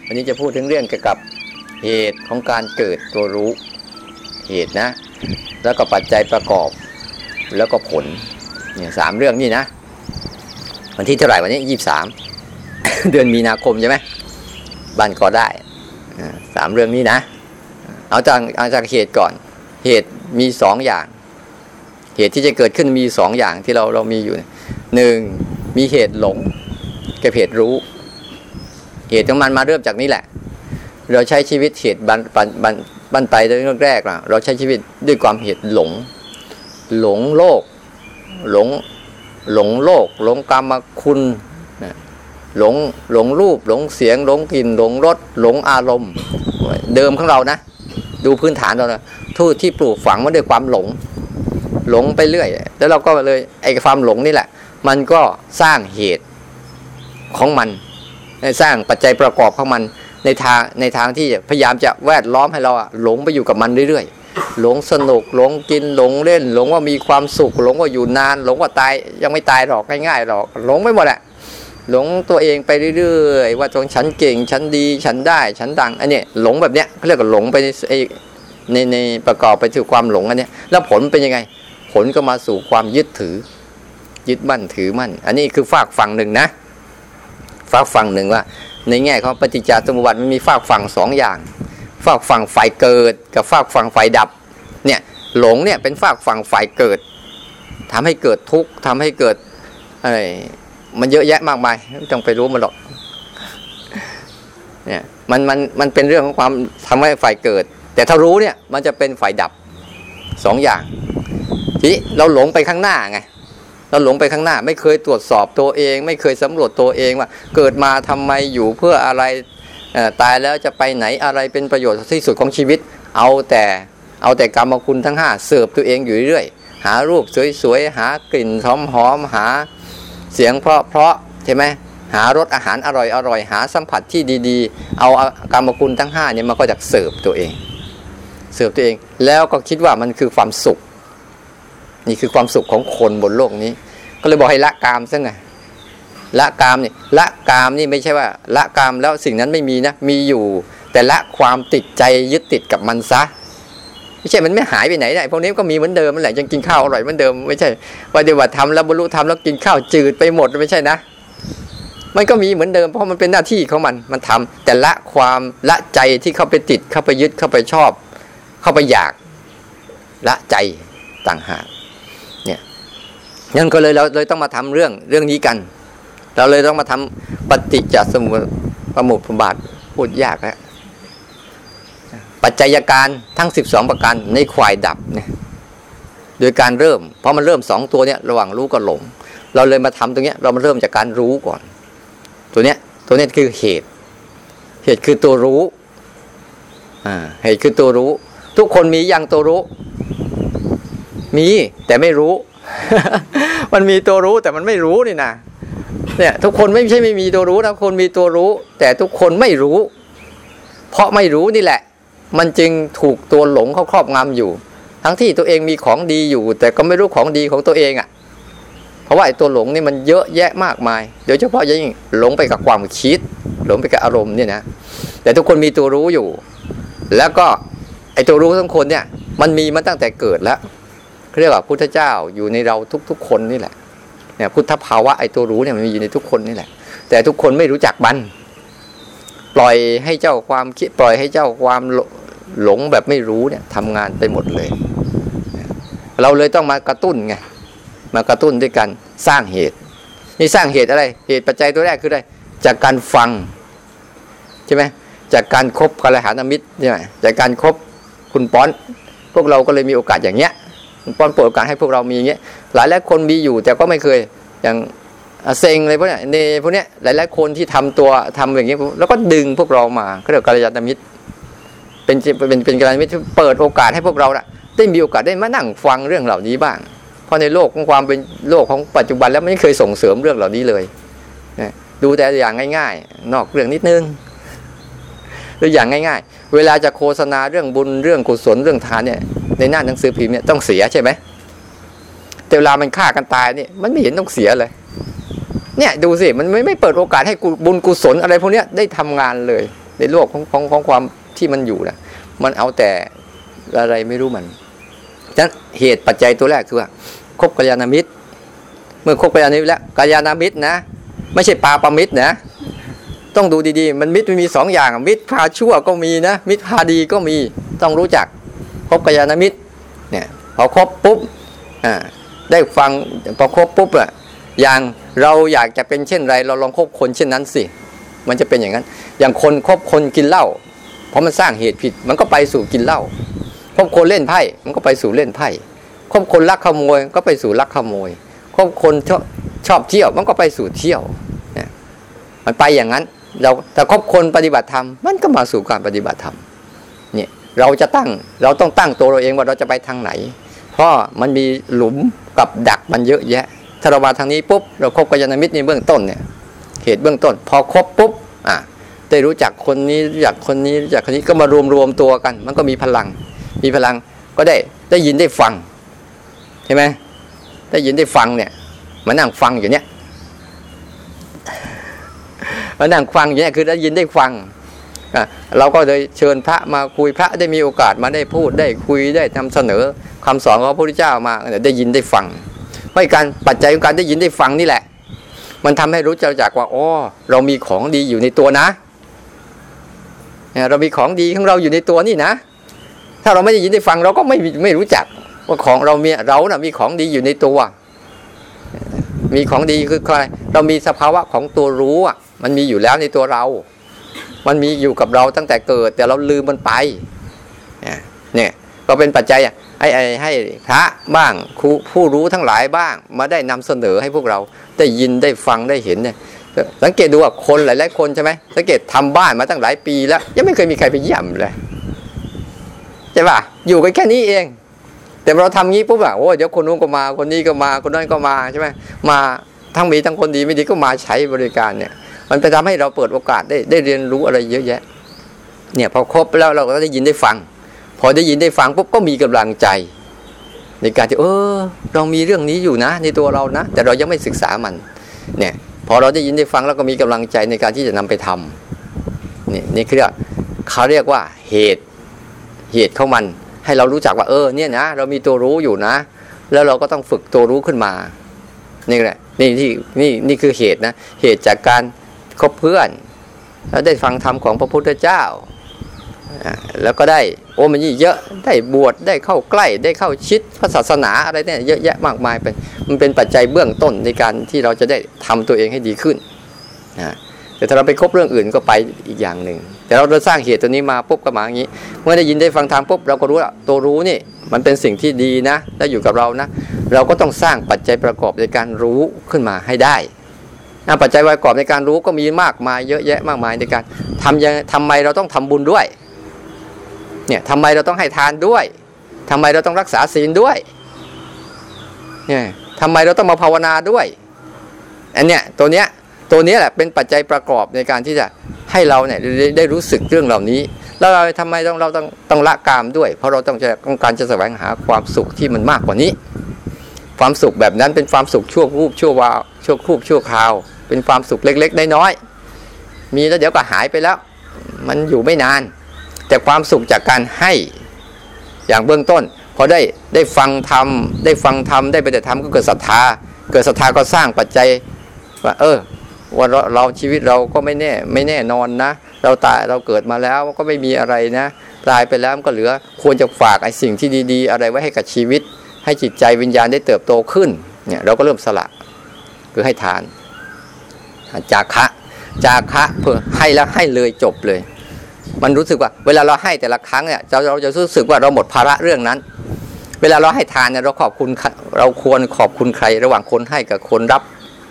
วันนี้จะพูดถึงเรื่องเกี่ยวกับเหตุของการเกิดตัวรู้เหตุนะแล้วก็ปัจจัยประกอบแล้วก็ผลเนี่ย3เรื่องนี่นะวันที่เท่าไหร่วันนี้23 เดือนมีนาคมใช่ไหมบ้านก็ได้3เรื่องนี้นะเอาจากเหตุก่อนเหตุมี2อย่างเหตุที่จะเกิดขึ้นมี2อย่างที่เรามีอยู่1มีเหตุหลงกับเหตุรู้เหตุของมันมาเริ่มจากนี้แหละเราใช้ชีวิตเหตุบันไปตั้งแต่แรกเราใช้ชีวิตด้วยความเหตุหลงโลกหลงโลกหลงกรรมคุณหลงรูปหลงเสียงหลงกลิ่นหลงรสหลงอารมณ์เดิมของเรานะดูพื้นฐานเรานะทุกที่ปลูกฝังมาด้วยความหลงไปเรื่อยแล้วเราก็เลยไอ้ความหลงนี่แหละมันก็สร้างเหตุของมันสร้างปัจจัยประกอบของมันในทางที่พยายามจะแวดล้อมให้เราหลงไปอยู่กับมันเรื่อยๆหลงสนุกหลงกินหลงเล่นหลงว่ามีความสุขหลงว่าอยู่นานหลงว่าตายยังไม่ตายหรอกง่ายๆหรอกหลงไม่หมดแหละหลงตัวเองไปเรื่อยๆว่าตรงฉันเก่งฉันดีฉันได้ฉันดังอันนี้หลงแบบเนี้ยเขาเรียกว่าหลงไปในประกอบไปถึงความหลงอันเนี้ยแล้วผลเป็นยังไงผลก็มาสู่ความยึดมั่นถือมั่นอันนี้คือฝากฝั่งหนึ่งนะฝากฝั่งหนึ่งว่าในแง่ของปฏิจจสมุปบาทมันมีฝากฝั่ง2อย่างฝากฝั่งฝ่ายเกิดกับฝากฝั่งฝ่ายดับเนี่ยหลงเนี่ยเป็นฝากฝั่งฝ่ายเกิดทำให้เกิดทุกข์ทำให้เกิดอะไรมันเยอะแยะมากมายไม่ต้องไปรู้มันหรอกเนี่ยมันเป็นเรื่องของความทำให้ฝ่ายเกิดแต่ถ้ารู้เนี่ยมันจะเป็นฝ่ายดับ2อย่างทีนี้เราหลงไปข้างหน้าไงเราหลงไปข้างหน้าไม่เคยตรวจสอบตัวเองไม่เคยสำรวจตัวเองว่าเกิดมาทำไมอยู่เพื่ออะไรตายแล้วจะไปไหนอะไรเป็นประโยชน์ที่สุดของชีวิตเอาแต่กรรมคุณทั้ง5เสิร์ฟตัวเองอยู่เรื่อยหารูปสวยๆหากลิ่นหอมหาเสียงเพราะใช่ไหมหารสอาหารอร่อยหาสัมผัสที่ดีๆเอากรรมคุณทั้ง5เนี่ยมันก็จะเสิร์ฟตัวเองแล้วก็คิดว่ามันคือความสุขนี่คือความสุขของคนบนโลกนี้ก็เลยบอกให้ละกามซะไงละกามนี่ไม่ใช่ว่าละกามแล้วสิ่งนั้นไม่มีนะมีอยู่แต่ละความติดใจยึดติดกับมันซะไม่ใช่มันไม่หายไปไหนได้พวกนี้ก็มีเหมือนเดิมนั่นแหละยังกินข้าวอร่อยเหมือนเดิมไม่ใช่ปฏิบัติธรรมแล้วบรรลุธรรมแล้วกินข้าวจืดไปหมดไม่ใช่นะมันก็มีเหมือนเดิมเพราะมันเป็นหน้าที่ของมันทำแต่ละใจที่เข้าไปติดเข้าไปยึดเข้าไปชอบเข้าไปอยากละใจต่างหากเนี่ยงั้นก็เลยเราเลยต้องมาทำเรื่องนี้กันเราเลยต้องมาทำปฏิจจสมุปบาทพูดยากแล้วปัจจัยการทั้ง12ประการในควายดับเนี่ยโดยการเริ่มเพราะมันเริ่ม2ตัวเนี้ยระหว่างรู้กับหลงเราเลยมาทำตรงเนี้ยเรามาเริ่มจากการรู้ก่อนตัวเนี้ยคือเหตุคือตัวรู้เหตุคือตัวรู้ทุกคนมียังตัวรู้มีแต่ไม่รู้ มันมีตัวรู้แต่มันไม่รู้นี่นะเนี่ยทุกคนไม่ใช่ไม่มีตัวรู้นะคนมีตัวรู้แต่ทุกคนไม่รู้เพราะไม่รู้นี่แหละมันจึงถูกตัวหลงเข้าครอบงำอยู่ทั้งที่ตัวเองมีของดีอยู่แต่ก็ไม่รู้ของดีของตัวเองเพราะว่าไอ้ตัวหลงนี่มันเยอะแยะมากมายโดยเฉพาะยิ่งหลงไปกับความคิดหลงไปกับอารมณ์เนี่ยนะแต่ทุกคนมีตัวรู้อยู่แล้วก็ไอ้ตัวรู้ทั้งคนเนี่ยมันมีมาตั้งแต่เกิดแล้วเรียกว่าพุทธเจ้าอยู่ในเราทุกๆคนนี่แหละเนี่ยพุทธภาวะไอ้ตัวรู้เนี่ยมันมีอยู่ในทุกคนนี่แหละแต่ทุกคนไม่รู้จักมันปล่อยให้เจ้าความคิดปล่อยให้เจ้าความหลงแบบไม่รู้เนี่ยทำงานไปหมดเลยเราเลยต้องมากระตุ้นไงมากระตุ้นด้วยกันสร้างเหตุนี่สร้างเหตุอะไรเหตุปัจจัยตัวแรกคืออะไรจากการฟังใช่ไหมจากการคบกัลยาณมิตรใช่ไหมจากการคบคุณป้อนพวกเราก็เลยมีโอกาสอย่างเงี้ยคุณป้อนเปิดโอกาสให้พวกเรามีอย่างเงี้ยหลายคนมีอยู่แต่ก็ไม่เคยอย่างเซ็งอะไรพวกเนี้ยในพวกเนี้ยหลายคนที่ทำอย่างเงี้ยแล้วก็ดึงพวกเรามาก็เรียกกัลยาณมิตรเป็นกัลยาณมิตรที่เปิดโอกาสให้พวกเราได้มีโอกาสได้มานั่งฟังเรื่องเหล่านี้บ้างเพราะในโลกของความเป็นโลกของปัจจุบันแล้วไม่เคยส่งเสริมเรื่องเหล่านี้เลยดูแต่อย่างง่ายๆนอกเรื่องนิดนึงหรืออย่างง่ายๆเวลาจะโฆษณาเรื่องบุญเรื่องกุศลเรื่องทานเนี่ยในหน้าหนังสือพิมพ์เนี่ยต้องเสียใช่ไหมแต่เวลามันฆ่ากันตายเนี่ยมันไม่เห็นต้องเสียเลยเนี่ยดูสิมันไม่เปิดโอกาสให้บุญกุศลอะไรพวกนี้ได้ทำงานเลยในโลกของความที่มันอยู่นะมันเอาแต่อะไรไม่รู้มันฉะนั้นเหตุปัจจัยตัวแรกคือว่าคบกัลยาณมิตรเมื่อคบกัลยาณมิตรแล้วกัลยาณมิตรนะไม่ใช่ปาปมิตรนะต้องดูดีๆมันมิตรมันมีสองอย่างมิตรพาชั่วก็มีนะมิตรพาดีก็มีต้องรู้จักคบกัลยาณมิตรเนี่ยพอคบปุ๊บได้ฟังพอคบปุ๊บอย่างเราอยากจะเป็นเช่นไรเราลองคบคนเช่นนั้นสิมันจะเป็นอย่างนั้นอย่างคนคบคนกินเหล้าเพราะมันสร้างเหตุผิดมันก็ไปสู่กินเหล้าคบคนเล่นไพ่มันก็ไปสู่เล่นไพ่คบคนลักขโมยก็ไปสู่ลักขโมยคบคนชอบเที่ยวมันก็ไปสู่เที่ยวเนี่ยมันไปอย่างนั้นเราแต่คบคนปฏิบัติธรรมมันก็มาสู่การปฏิบัติธรรมเนี่ยเราต้องตั้งตัวเราเองว่าเราจะไปทางไหนเพราะมันมีหลุมกับดักมันเยอะแยะถ้าเรามาทางนี้ปุ๊บเราคบกัลยาณมิตรในเบื้องต้นเนี่ยเหตุเบื้องต้นพอคบปุ๊บได้รู้จักคนนี้รู้จักคนนี้รู้จักคนนี้ก็มารวมตัวกันมันก็มีพลังก็ได้ยินได้ฟังใช่ไหมได้ยินได้ฟังเนี่ยมานั่งฟังอยู่เนี่ยมานั่งฟังอยู่เนี่ยคือได้ยินได้ฟังเราก็เลยเชิญพระมาคุยพระได้มีโอกาสมาได้พูดได้คุยได้นำเสนอคำสอนของพระพุทธเจ้ามาได้ยินได้ฟังเพราะการปัจจัยของการได้ยินได้ฟังนี่แหละมันทำให้รู้จักว่าอ๋อเรามีของดีอยู่ในตัวนะเรามีของดีของเราอยู่ในตัวนี่นะถ้าเราไม่ได้ยินได้ฟังเราก็ไม่รู้จักว่าของเรามีของดีอยู่ในตัวมีของดีคืออะไรเรามีสภาวะของตัวรู้มันมีอยู่แล้วในตัวเรามันมีอยู่กับเราตั้งแต่เกิดแต่เราลืมมันไปเนี่ยก็เป็นปัจจัยให้พระบ้างครูผู้รู้ทั้งหลายบ้างมาได้นำเสนอให้พวกเราได้ยินได้ฟังได้เห็นเนี่ยสังเกตดูว่าคนหลายๆคนใช่ไหมสังเกตทำบ้านมาตั้งหลายปีแล้วยังไม่เคยมีใครไปเยี่ยมเลยใช่ป่ะอยู่กันแค่นี้เองแต่เราทำงี้ปุ๊บโอ้เดี๋ยวคนนู้นก็มาคนนี้ก็มาคนนั้นก็มาใช่ไหมมาทั้งมีทั้งคนดีไม่ดีก็มาใช้บริการเนี่ยมันไปทำให้เราเปิดโอกาสได้เรียนรู้อะไรเยอะแยะเนี่ยพอครบแล้วเราก็ได้ยินได้ฟังพอได้ยินได้ฟังปุ๊บก็มีกำลังใจในการที่เรามีเรื่องนี้อยู่นะในตัวเรานะแต่เรายังไม่ศึกษามันเนี่ยพอเราได้ยินได้ฟังแล้วก็มีกำลังใจในการที่จะนำไปทำนี่คือเขาเรียกว่าเหตุของมันให้เรารู้จักว่าเนี่ยนะเรามีตัวรู้อยู่นะแล้วเราก็ต้องฝึกตัวรู้ขึ้นมานี่แหละนี่คือเหตุนะเหตุจากการคบเพื่อนแล้วได้ฟังธรรมของพระพุทธเจ้าแล้วก็ได้มันเยอะได้บวชได้เข้าใกล้ได้เข้าชิดพระศาสนาอะไรเนี่ยเยอะแยะมากมายมันเป็นปัจจัยเบื้องต้นในการที่เราจะได้ทำตัวเองให้ดีขึ้นแต่ถ้าเราไปคบเรื่องอื่นก็ไปอีกอย่างหนึ่งแต่เราสร้างเหตุตัวนี้มาปุ๊บก็มาอย่างนี้เมื่อได้ยินได้ฟังธรรมปุ๊บเราก็รู้ว่าตัวรู้นี่มันเป็นสิ่งที่ดีนะและอยู่กับเรานะเราก็ต้องสร้างปัจจัยประกอบในการรู้ขึ้นมาให้ได้ปัจจัยประกอบในการรู้ก็มีมากมายเยอะแยะมากมายในการทำไมเราต้องทำบุญด้วยเนี่ยทำไมเราต้องให้ทานด้วยทำไมเราต้องรักษาศีลด้วยเนี่ยทำไมเราต้องมาภาวนาด้วยอันเนี้ยตัวเนี้ยแหละเป็นปัจจัยประกอบในการที่จะให้เราเนี่ยได้รู้สึกเรื่องเหล่านี้แล้วเราทำไมเราต้องละกามด้วยเพราะเราต้องการจะแสวงหาความสุขที่มันมากกว่านี้ความสุขแบบนั้นเป็นความสุขชั่วรูปชั่ววาวชั่วครู่ชั่วคราวเป็นความสุขเล็กๆน้อยๆมีแล้วเดี๋ยวก็หายไปแล้วมันอยู่ไม่นานแต่ความสุขจากการให้อย่างเบื้องต้นพอได้ฟังธรรมได้ปฏิบัติธรรมก็เกิดศรัทธาก็สร้างปัจจัยว่าว่าเราชีวิตเราก็ไม่แน่นอนนะเราตายเราเกิดมาแล้วก็ไม่มีอะไรนะตายไปแล้วก็เหลือควรจะฝากไอ้สิ่งที่ดีๆอะไรไว้ให้กับชีวิตให้จิตใจวิญญาณได้เติบโตขึ้นเนี่ยเราก็เริ่มสละคือให้ทานจาคะเพื่อให้แล้วให้เลยจบเลยมันรู้สึกว่าเวลาเราให้แต่ละครั้งเนี่ยเราจะรู้สึกว่าเราหมดภาระเรื่องนั้นเวลาเราให้ทานเนี่ยเราควรขอบคุณใครระหว่างคนให้กับคนรับ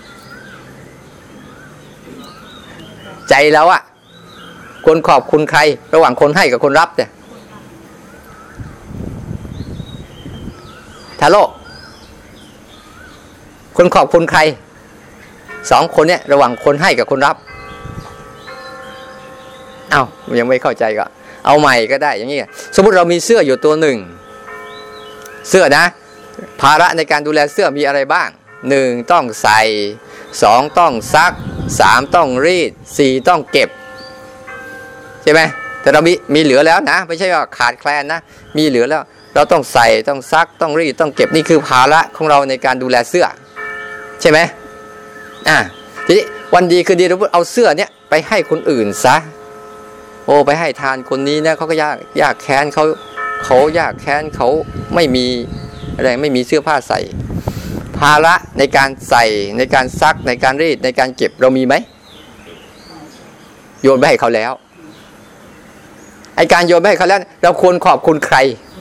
ใจเราควรขอบคุณใครระหว่างคนให้กับคนรับเนี่ยทาโร่คนขอบคุณใครสองคนเนี่ยระหว่างคนให้กับคนรับยังไม่เข้าใจก็เอาใหม่ก็ได้อย่างนี้สมมุติเรามีเสื้ออยู่ตัวหนึ่งเสื้อนะภาระในการดูแลเสื้อมีอะไรบ้าง1ต้องใส่2ต้องซัก3ต้องรีด4ต้องเก็บใช่ช่ไหมแต่เรามีเหลือแล้วนะไม่ใช่ว่าขาดแคลนนะมีเหลือแล้วเราต้องใส่ต้องซักต้องรีดต้องเก็บนี่คือภาระของเราในการดูแลเสื้อใช่ไหมทีนี้วันดีคือดีเราเอาเสื้อเนี้ยไปให้คนอื่นซะโอ้ไปให้ทานคนนี้นะเขาก็ยากแค้นเขายากแค้นเขาไม่มีอะไรไม่มีเสื้อผ้าใส่ภาระในการใส่ในการซักในการรีดในการเก็บเรามีไหมโยนไปให้เขาแล้วไอการโยนไปให้เขาแล้วเราควรขอบคุณใคร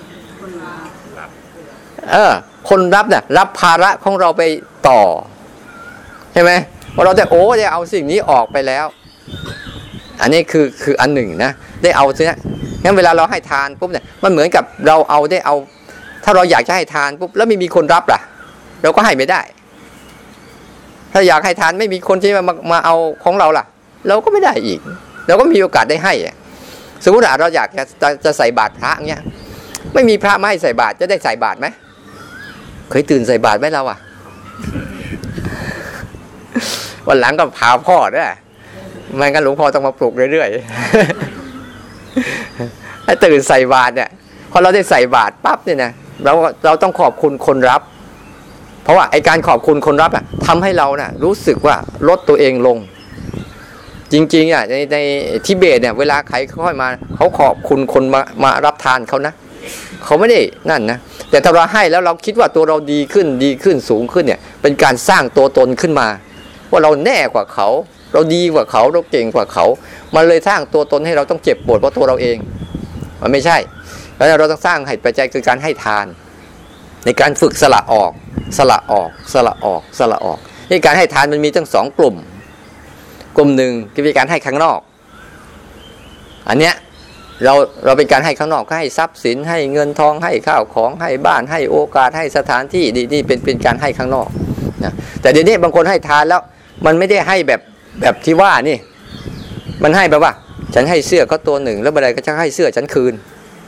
คนรับเนี่ยรับภาระของเราไปต่อใช่ไหมพอเราจะได้เอาสิ่งนี้ออกไปแล้วอันนี้คืออันหนึ่งนะได้เอาสินะงั้นเวลาเราให้ทานปุ๊บเนี่ยมันเหมือนกับเราได้เอาถ้าเราอยากจะให้ทานปุ๊บแล้วไม่มีคนรับล่ะเราก็ให้ไม่ได้ถ้าอยากให้ทานไม่มีคนที่มาเอาของเราล่ะเราก็ไม่ได้อีกเราก็มีโอกาสได้ให้สมมติว่าเราอยากจะใส่บาตรพระเงี้ยไม่มีพระมาให้ใส่บาตรจะได้ใส่บาตรไหมเคยตื่นใส่บาตรไหมเราวันหลังก็พาพ่อด้วยไม่งั้นหลวงพ่อต้องมาปลุกเรื่อยๆให้ตื่นใส่บาตรเนี่ยพอเราได้ใส่บาตรปั๊บเนี่ยนะเราต้องขอบคุณคนรับเพราะว่าไอการขอบคุณคนรับทำให้เรารู้สึกว่าลดตัวเองลงจริงๆในทิเบตเนี่ยเวลาใครค่อยมาเขาขอบคุณคนมารับทานเขานะเขาไม่ได้นั่นนะแต่ถ้าเราให้แล้วเราคิดว่าตัวเราดีขึ้นสูงขึ้นเนี่ยเป็นการสร้างตัวตนขึ้นมาว่าเราแน่กว่าเขาเราดีกว่าเขาเราเก่งกว่าเขามันเลยสร้างตัวตนให้เราต้องเจ็บปวดเพราะตัวเราเองมันไม่ใช่แล้วเราต้องสร้างเหตุปัจจัยคือการให้ทานในการฝึกสละออกในการให้ทานมันมีทั้ง2 กลุ่มหนึ่งคือเป็นการให้ข้างนอกอันเนี้ยเราเป็นการให้ข้างนอกให้ทรัพย์สินให้เงินทองให้ข้าวของให้บ้านให้โอกาสให้สถานที่นี่เป็นการให้ข้างนอกนะแต่เดี๋ยวนี้บางคนให้ทานแล้วมันไม่ได้ให้แบบที่ว่านี่มันให้แบบว่าฉันให้เสื้อเขาตัวหนึ่งแล้วเมื่อไรก็จะให้เสื้อฉันคืน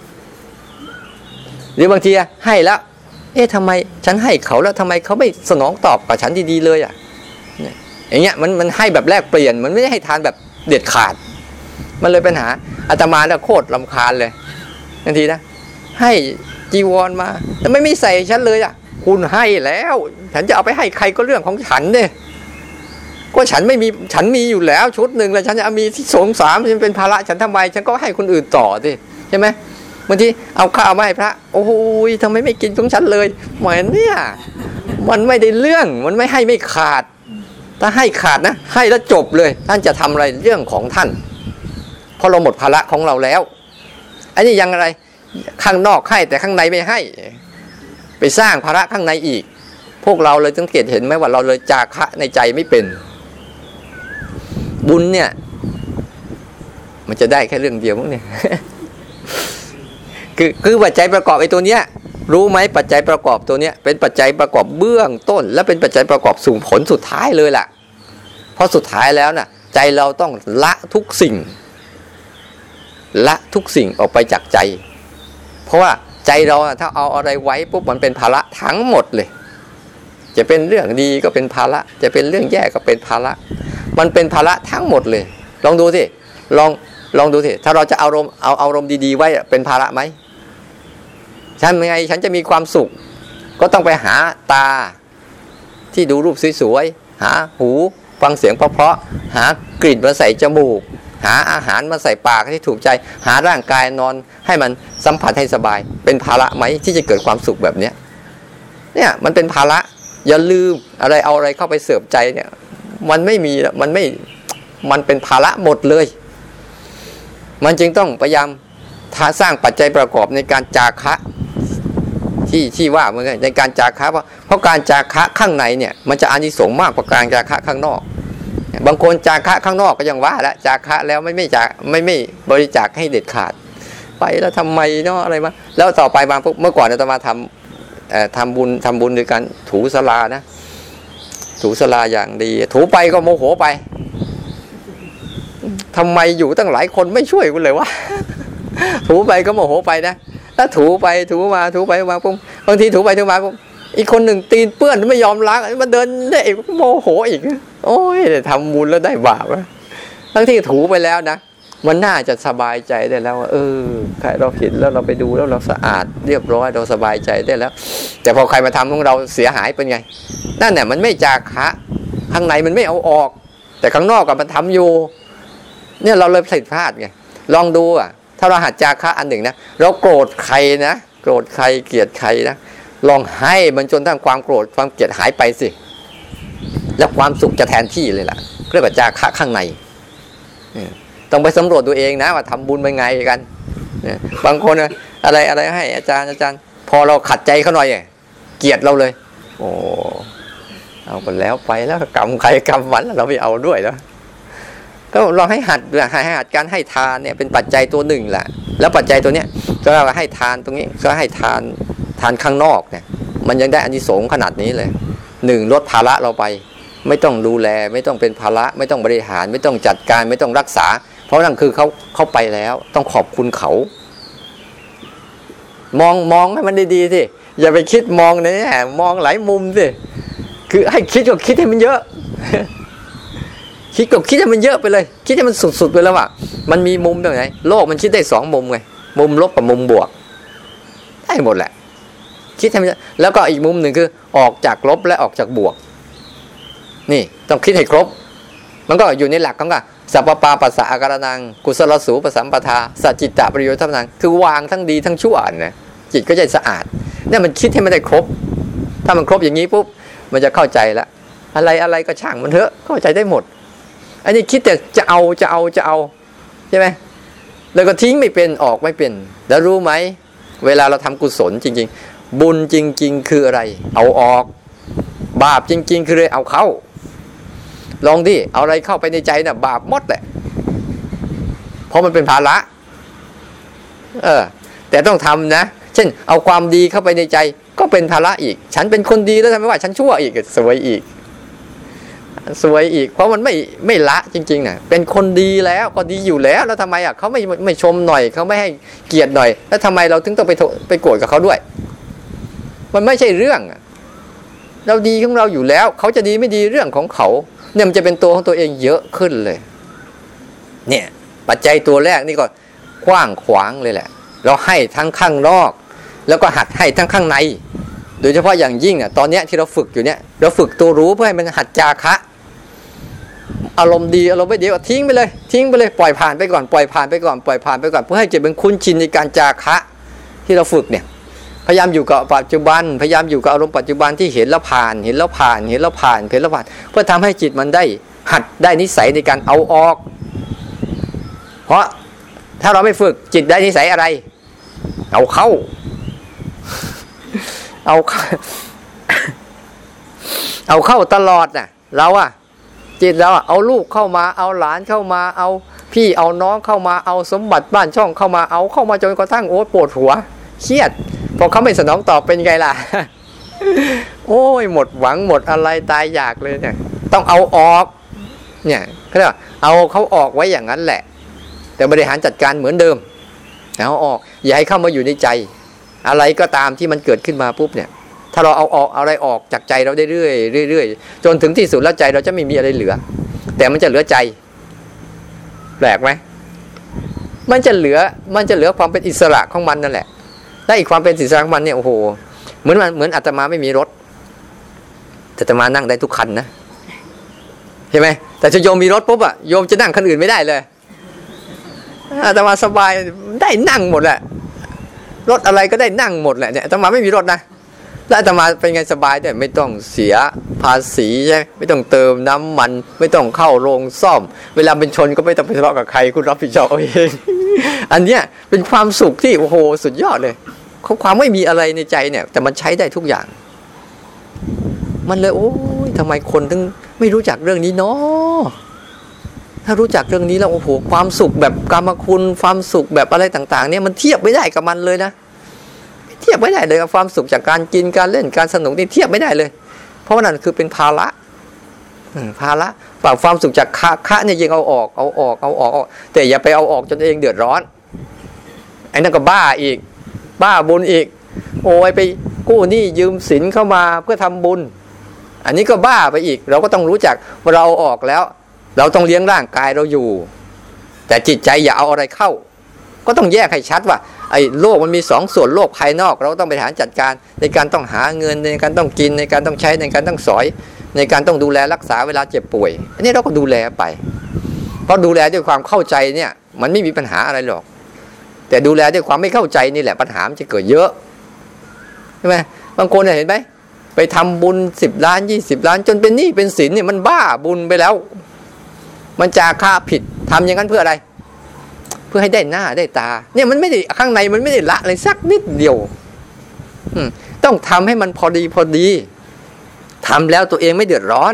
หรือบางทีให้แล้วทำไมฉันให้เขาแล้วทำไมเขาไม่สนองตอบกับฉันดีๆเลยอย่างเงี้ยมันให้แบบแลกเปลี่ยนมันไม่ได้ให้ทานแบบเด็ดขาดมันเลยปัญหาอาตมาโคตรรำคาญเลยบางทีนะให้จีวรมาแต่ไม่ใส่ฉันเลยคุณให้แล้วฉันจะเอาไปให้ใครก็เรื่องของฉันเนี่ยก็ฉันไม่มีฉันมีอยู่แล้วชุดหนึ่งแล้วฉันจะมีที่2-3มันเป็นภาระฉันทำไมฉันก็ให้คนอื่นต่อสิใช่ไหมบางทีเอาข้าวมาให้พระโอ้ยทำไมไม่กินของฉันเลยเหมือนเนี่ยมันไม่ได้เรื่องมันไม่ให้ไม่ขาดถ้าให้ขาดนะให้แล้วจบเลยท่านจะทำอะไรเรื่องของท่านเพราะเราหมดภาระของเราแล้วอันนี้ยังอะไรข้างนอกให้แต่ข้างในไม่ให้ไปสร้างภาระข้างในอีกพวกเราเลยสังเกตเห็นไหมว่าเราเลยจาคะในใจไม่เป็นบุญเนี่ยมันจะได้แค่เรื่องเดียวมั้งเนี่ย คือปัจจัยประกอบไอ้ตัวเนี้ยรู้ไหมปัจจัยประกอบตัวเนี้ยเป็นปัจจัยประกอบเบื้องต้นและเป็นปัจจัยประกอบสู่ผลสุดท้ายเลยล่ะเพราะสุดท้ายแล้วน่ะใจเราต้องละทุกสิ่งออกไปจากใจเพราะว่าใจเราถ้าเอาอะไรไว้ปุ๊บมันเป็นภาระทั้งหมดเลยจะเป็นเรื่องดีก็เป็นภาระจะเป็นเรื่องแย่ก็เป็นภาระมันเป็นภาระทั้งหมดเลยลองดูสิลองดูสิถ้าเราจะเอาอารมณ์ดีๆไว้เป็นภาระไหมฉันยังไงฉันจะมีความสุขก็ต้องไปหาตาที่ดูรูปสวยๆหาหูฟังเสียงเพราะๆหากลิ่นมาใส่จมูกหาอาหารมาใส่ปากที่ถูกใจหาร่างกายนอนให้มันสัมผัสให้สบายเป็นภาระไหมที่จะเกิดความสุขแบบเนี้ยเนี่ยมันเป็นภาระอย่าลืมอะไรเอาอะไรเข้าไปเสิร์ฟใจเนี่ยมันไม่มีมันเป็นภาระหมดเลยมันจึงต้องพยายามสร้างปัจจัยประกอบในการจาคะที่ว่าเหมือนกันในการจาคะเพราะการจาคะข้างในเนี่ยมันจะอานิสงส์มากกว่าการจาคะข้างนอกบางคนจาคะข้างนอกก็ยังว่าแล้วจาคะแล้วไม่บริจาคให้เด็ดขาดไปแล้วทำไมเนาะอะไรมาแล้วต่อไปบางเมื่อก่อนอาตมาทำบุญด้วยการถูศาลานะถูศาลาอย่างดีถูไปก็โมโหไปทำไมอยู่ตั้งหลายคนไม่ช่วยกูเลยวะ ถูไปก็โมโหไปนะถ้าถูไปมาปุ๊บบางทีถูไปมาปุ๊บอีกคนหนึ่งตีนเปื้อนไม่ยอมล้างมันเดินได้โมโหอีกโอ้ยทำบุญแล้วได้บาปทั้งที่ถูไปแล้วนะมันน่าจะสบายใจได้แล้วว่าใครเราเห็นแล้วเราไปดูแล้วเราสะอาดเรียบร้อยเราสบายใจได้แล้วแต่พอใครมาทำของเราเสียหายเป็นไงนั่นแหละมันไม่จาคะข้างในมันไม่เอาออกแต่ข้างนอกก็มันทำอยู่เนี่ยเราเลยผิดพลาดไงลองดูถ้าเราหัดจาคะอันหนึ่งนะเราโกรธใครนะโกรธใครเกลียดใครนะลองให้มันจนทั้งความโกรธความเกลียดหายไปสิแล้วความสุขจะแทนที่เลยล่ะเรียกว่าจาคะข้างในต้องไปสำรวจตัวเองนะว่าทำบุญเป็นไงกันบางคนอะไรให้อาจารย์พอเราขัดใจเขาหน่อยเกลียดเราเลยโอ้เอาไปแล้วกรรมใครกรรมมันเราไม่เอาด้วยแล้วก็ลองให้หัดการให้ทานเนี่ยเป็นปัจจัยตัวหนึ่งแหละแล้วปัจจัยตัวเนี้ยก็เราให้ทานตรงนี้ก็ให้ทานข้างนอกเนี่ยมันยังได้อานิสงส์ขนาดนี้เลย1ลดภาระเราไปไม่ต้องดูแลไม่ต้องเป็นภาระไม่ต้องบริหารไม่ต้องจัดการไม่ต้องรักษาเพราะนั่นคือเขาไปแล้วต้องขอบคุณเขามองให้มันดีๆสิอย่าไปคิดมองเนี่ยมองหลายมุมสิคือให้คิดก็คิดให้มันเยอะคิดให้มันเยอะไปเลยคิดให้มันสุดๆไปแล้วว่ามันมีมุมตรงไหนโลกมันคิดได้2มุมไงมุมลบกับมุมบวกได้หมดแหละคิดให้มันแล้วก็อีกมุมหนึ่งคือออกจากลบและออกจากบวกนี่ต้องคิดให้ครบมันก็อยู่ในหลักของกันสัพพปาปัสสะอาการนังกุศลสูปสัมปทาสัจจิตตประโยชน์ทัพนังคือวางทั้งดีทั้งชั่วนะจิตก็จะสะอาดเนี่ยมันคิดให้มันได้ครบถ้ามันครบอย่างนี้ปุ๊บมันจะเข้าใจละอะไรก็ช่างมันเถอะเข้าใจได้หมดอันนี้คิดแต่จะเอาใช่ไหมแล้วก็ทิ้งไม่เป็นออกไม่เป็นแล้วรู้ไหมเวลาเราทำกุศลจริงๆบุญจริงๆคืออะไรเอาออกบาปจริงๆคือเลยเอาเข้าลองดิเอาอะไรเข้าไปในใจน่ะบาปหมดแหละเพราะมันเป็นภาระแต่ต้องทำนะเช่นเอาความดีเข้าไปในใจก็เป็นภาระอีกฉันเป็นคนดีแล้วทำไมว่าฉันชั่วอีกสวยอีกเพราะมันไม่ละจริงๆน่ะเป็นคนดีแล้วก็ดีอยู่แล้วทำไมเขาไม่ชมหน่อยเขาไม่ให้เกียรติหน่อยแล้วทำไมเราถึงต้องไปโกรธกับเขาด้วยมันไม่ใช่เรื่องเราดีของเราอยู่แล้วเขาจะดีไม่ดีเรื่องของเขาเนี่ยมันจะเป็นตัวของตัวเองเยอะขึ้นเลยเนี่ยปัจจัยตัวแรกนี่ก็กว้างขวางเลยแหละเราให้ทั้งข้างนอกแล้วก็หัดให้ทั้งข้างในโดยเฉพาะอย่างยิ่งตอนนี้ที่เราฝึกอยู่เนี่ยเราฝึกตัวรู้เพื่อให้มันหัดจาคะอารมณ์ดีอารมณ์ไม่ดีก็ทิ้งไปเลยปล่อยผ่านไปก่อนเพื่อให้จิตเป็นคุ้นชินในการจาคะที่เราฝึกเนี่ยพยายามอยู่กับปัจจุบันพยายามอยู่กับอารมณ์ปัจจุบันที่เห็นแล้วผ่านเพื่อทำให้จิตมันได้หัดได้นิสัยในการเอาออกเพราะถ้าเราไม่ฝึกจิตได้นิสัยอะไรเอาเข้าตลอดน่ะเราจิตเราเอาลูกเข้ามาเอาหลานเข้ามาเอาพี่เอาน้องเข้ามาเอาสมบัติบ้านช่องเข้ามาเอาเข้ามาจนกระทั่งโอ๊ยปวดหัวเครียดพอเขาไม่สนองตอบเป็นไงล่ะ โอ้ยหมดหวังหมดอะไรตายอยากเลยเนี่ยต้องเอาออกเนี่ยเขาเรียกว่าเอาเขาออกไว้อย่างนั้นแหละแต่บริหารจัดการเหมือนเดิมเอาออกอย่าให้เข้ามาอยู่ในใจอะไรก็ตามที่มันเกิดขึ้นมาปุ๊บเนี่ยถ้าเราเอาอะไรออกจากใจเราได้เรื่อยจนถึงที่สุดแล้วใจเราจะไม่มีอะไรเหลือแต่มันจะเหลือใจแปลกไหมมันจะเหลือความเป็นอิสระของมันนั่นแหละได้อีกความเป็นอิสระของมันเนี่ยโอ้โหเหมือนอาตมาไม่มีรถแต่อาตมานั่งได้ทุกคันนะใช่ไหมแต่ถ้าโยมมีรถปุ๊บโยมจะนั่งคันอื่นไม่ได้เลยอาตมาสบายได้นั่งหมดแหละรถอะไรก็ได้นั่งหมดแหละเนี่ยอาตมาไม่มีรถนะแล้วอาตมาเป็นไงสบายด้วยไม่ต้องเสียภาษีใช่ไหมไม่ต้องเติมน้ำมันไม่ต้องเข้าโรงซ่อมเวลาเป็นชนก็ไม่ต้องไปทะเลาะกับใครคุณรับผิดชอบเองอันเนี้ยเป็นความสุขที่โอ้โหสุดยอดเลยความไม่มีอะไรในใจเนี่ยแต่มันใช้ได้ทุกอย่างมันเลยโอ้ยทำไมคนถึงไม่รู้จักเรื่องนี้เนาะถ้ารู้จักเรื่องนี้แล้วโอ้โหความสุขแบบกามคุณความสุขแบบอะไรต่างๆเนี่ยมันเทียบไม่ได้กับมันเลยนะเทียบไม่ได้เลยกับความสุขจากการกินการเล่นการสนุกนี่เทียบไม่ได้เลยเพราะว่านั่นคือเป็นภาระความสุขจากคะเนี่ยยังเอาออกแต่อย่าไปเอาออกจนเองเดือดร้อนไอ้นั่นก็บ้าอีกบ้าบุญอีกโอ้ยไปกู้หนี้ยืมสินเข้ามาเพื่อทำบุญอันนี้ก็บ้าไปอีกเราก็ต้องรู้จักว่าเราเอาออกแล้วเราต้องเลี้ยงร่างกายเราอยู่แต่จิตใจอย่าเอาอะไรเข้าก็ต้องแยกให้ชัดว่าไอ้โลกมันมี2ส่วนโลกภายนอกเราต้องไปหาจัดการในการต้องหาเงินในการต้องกินในการต้องใช้ในการต้องสอยในการต้องดูแลรักษาเวลาเจ็บป่วยอันนี้เราก็ดูแลไปเพราะดูแลด้วยความเข้าใจเนี่ยมันไม่มีปัญหาอะไรหรอกแต่ดูแลด้วยความไม่เข้าใจนี่แหละปัญหามันจะเกิดเยอะใช่ไหมบางคนเห็นไหมไปทำบุญ10 ล้าน20 ล้านจนเป็นหนี้เป็นสินเนี่ยมันบ้าบุญไปแล้วมันจาค่าผิดทำอย่างนั้นเพื่ออะไรเพื่อให้ได้หน้าได้ตาเนี่ยมันไม่ได้ข้างในมันไม่ได้ละเลยสักนิดเดียวต้องทำให้มันพอดีทำแล้วตัวเองไม่เดือดร้อน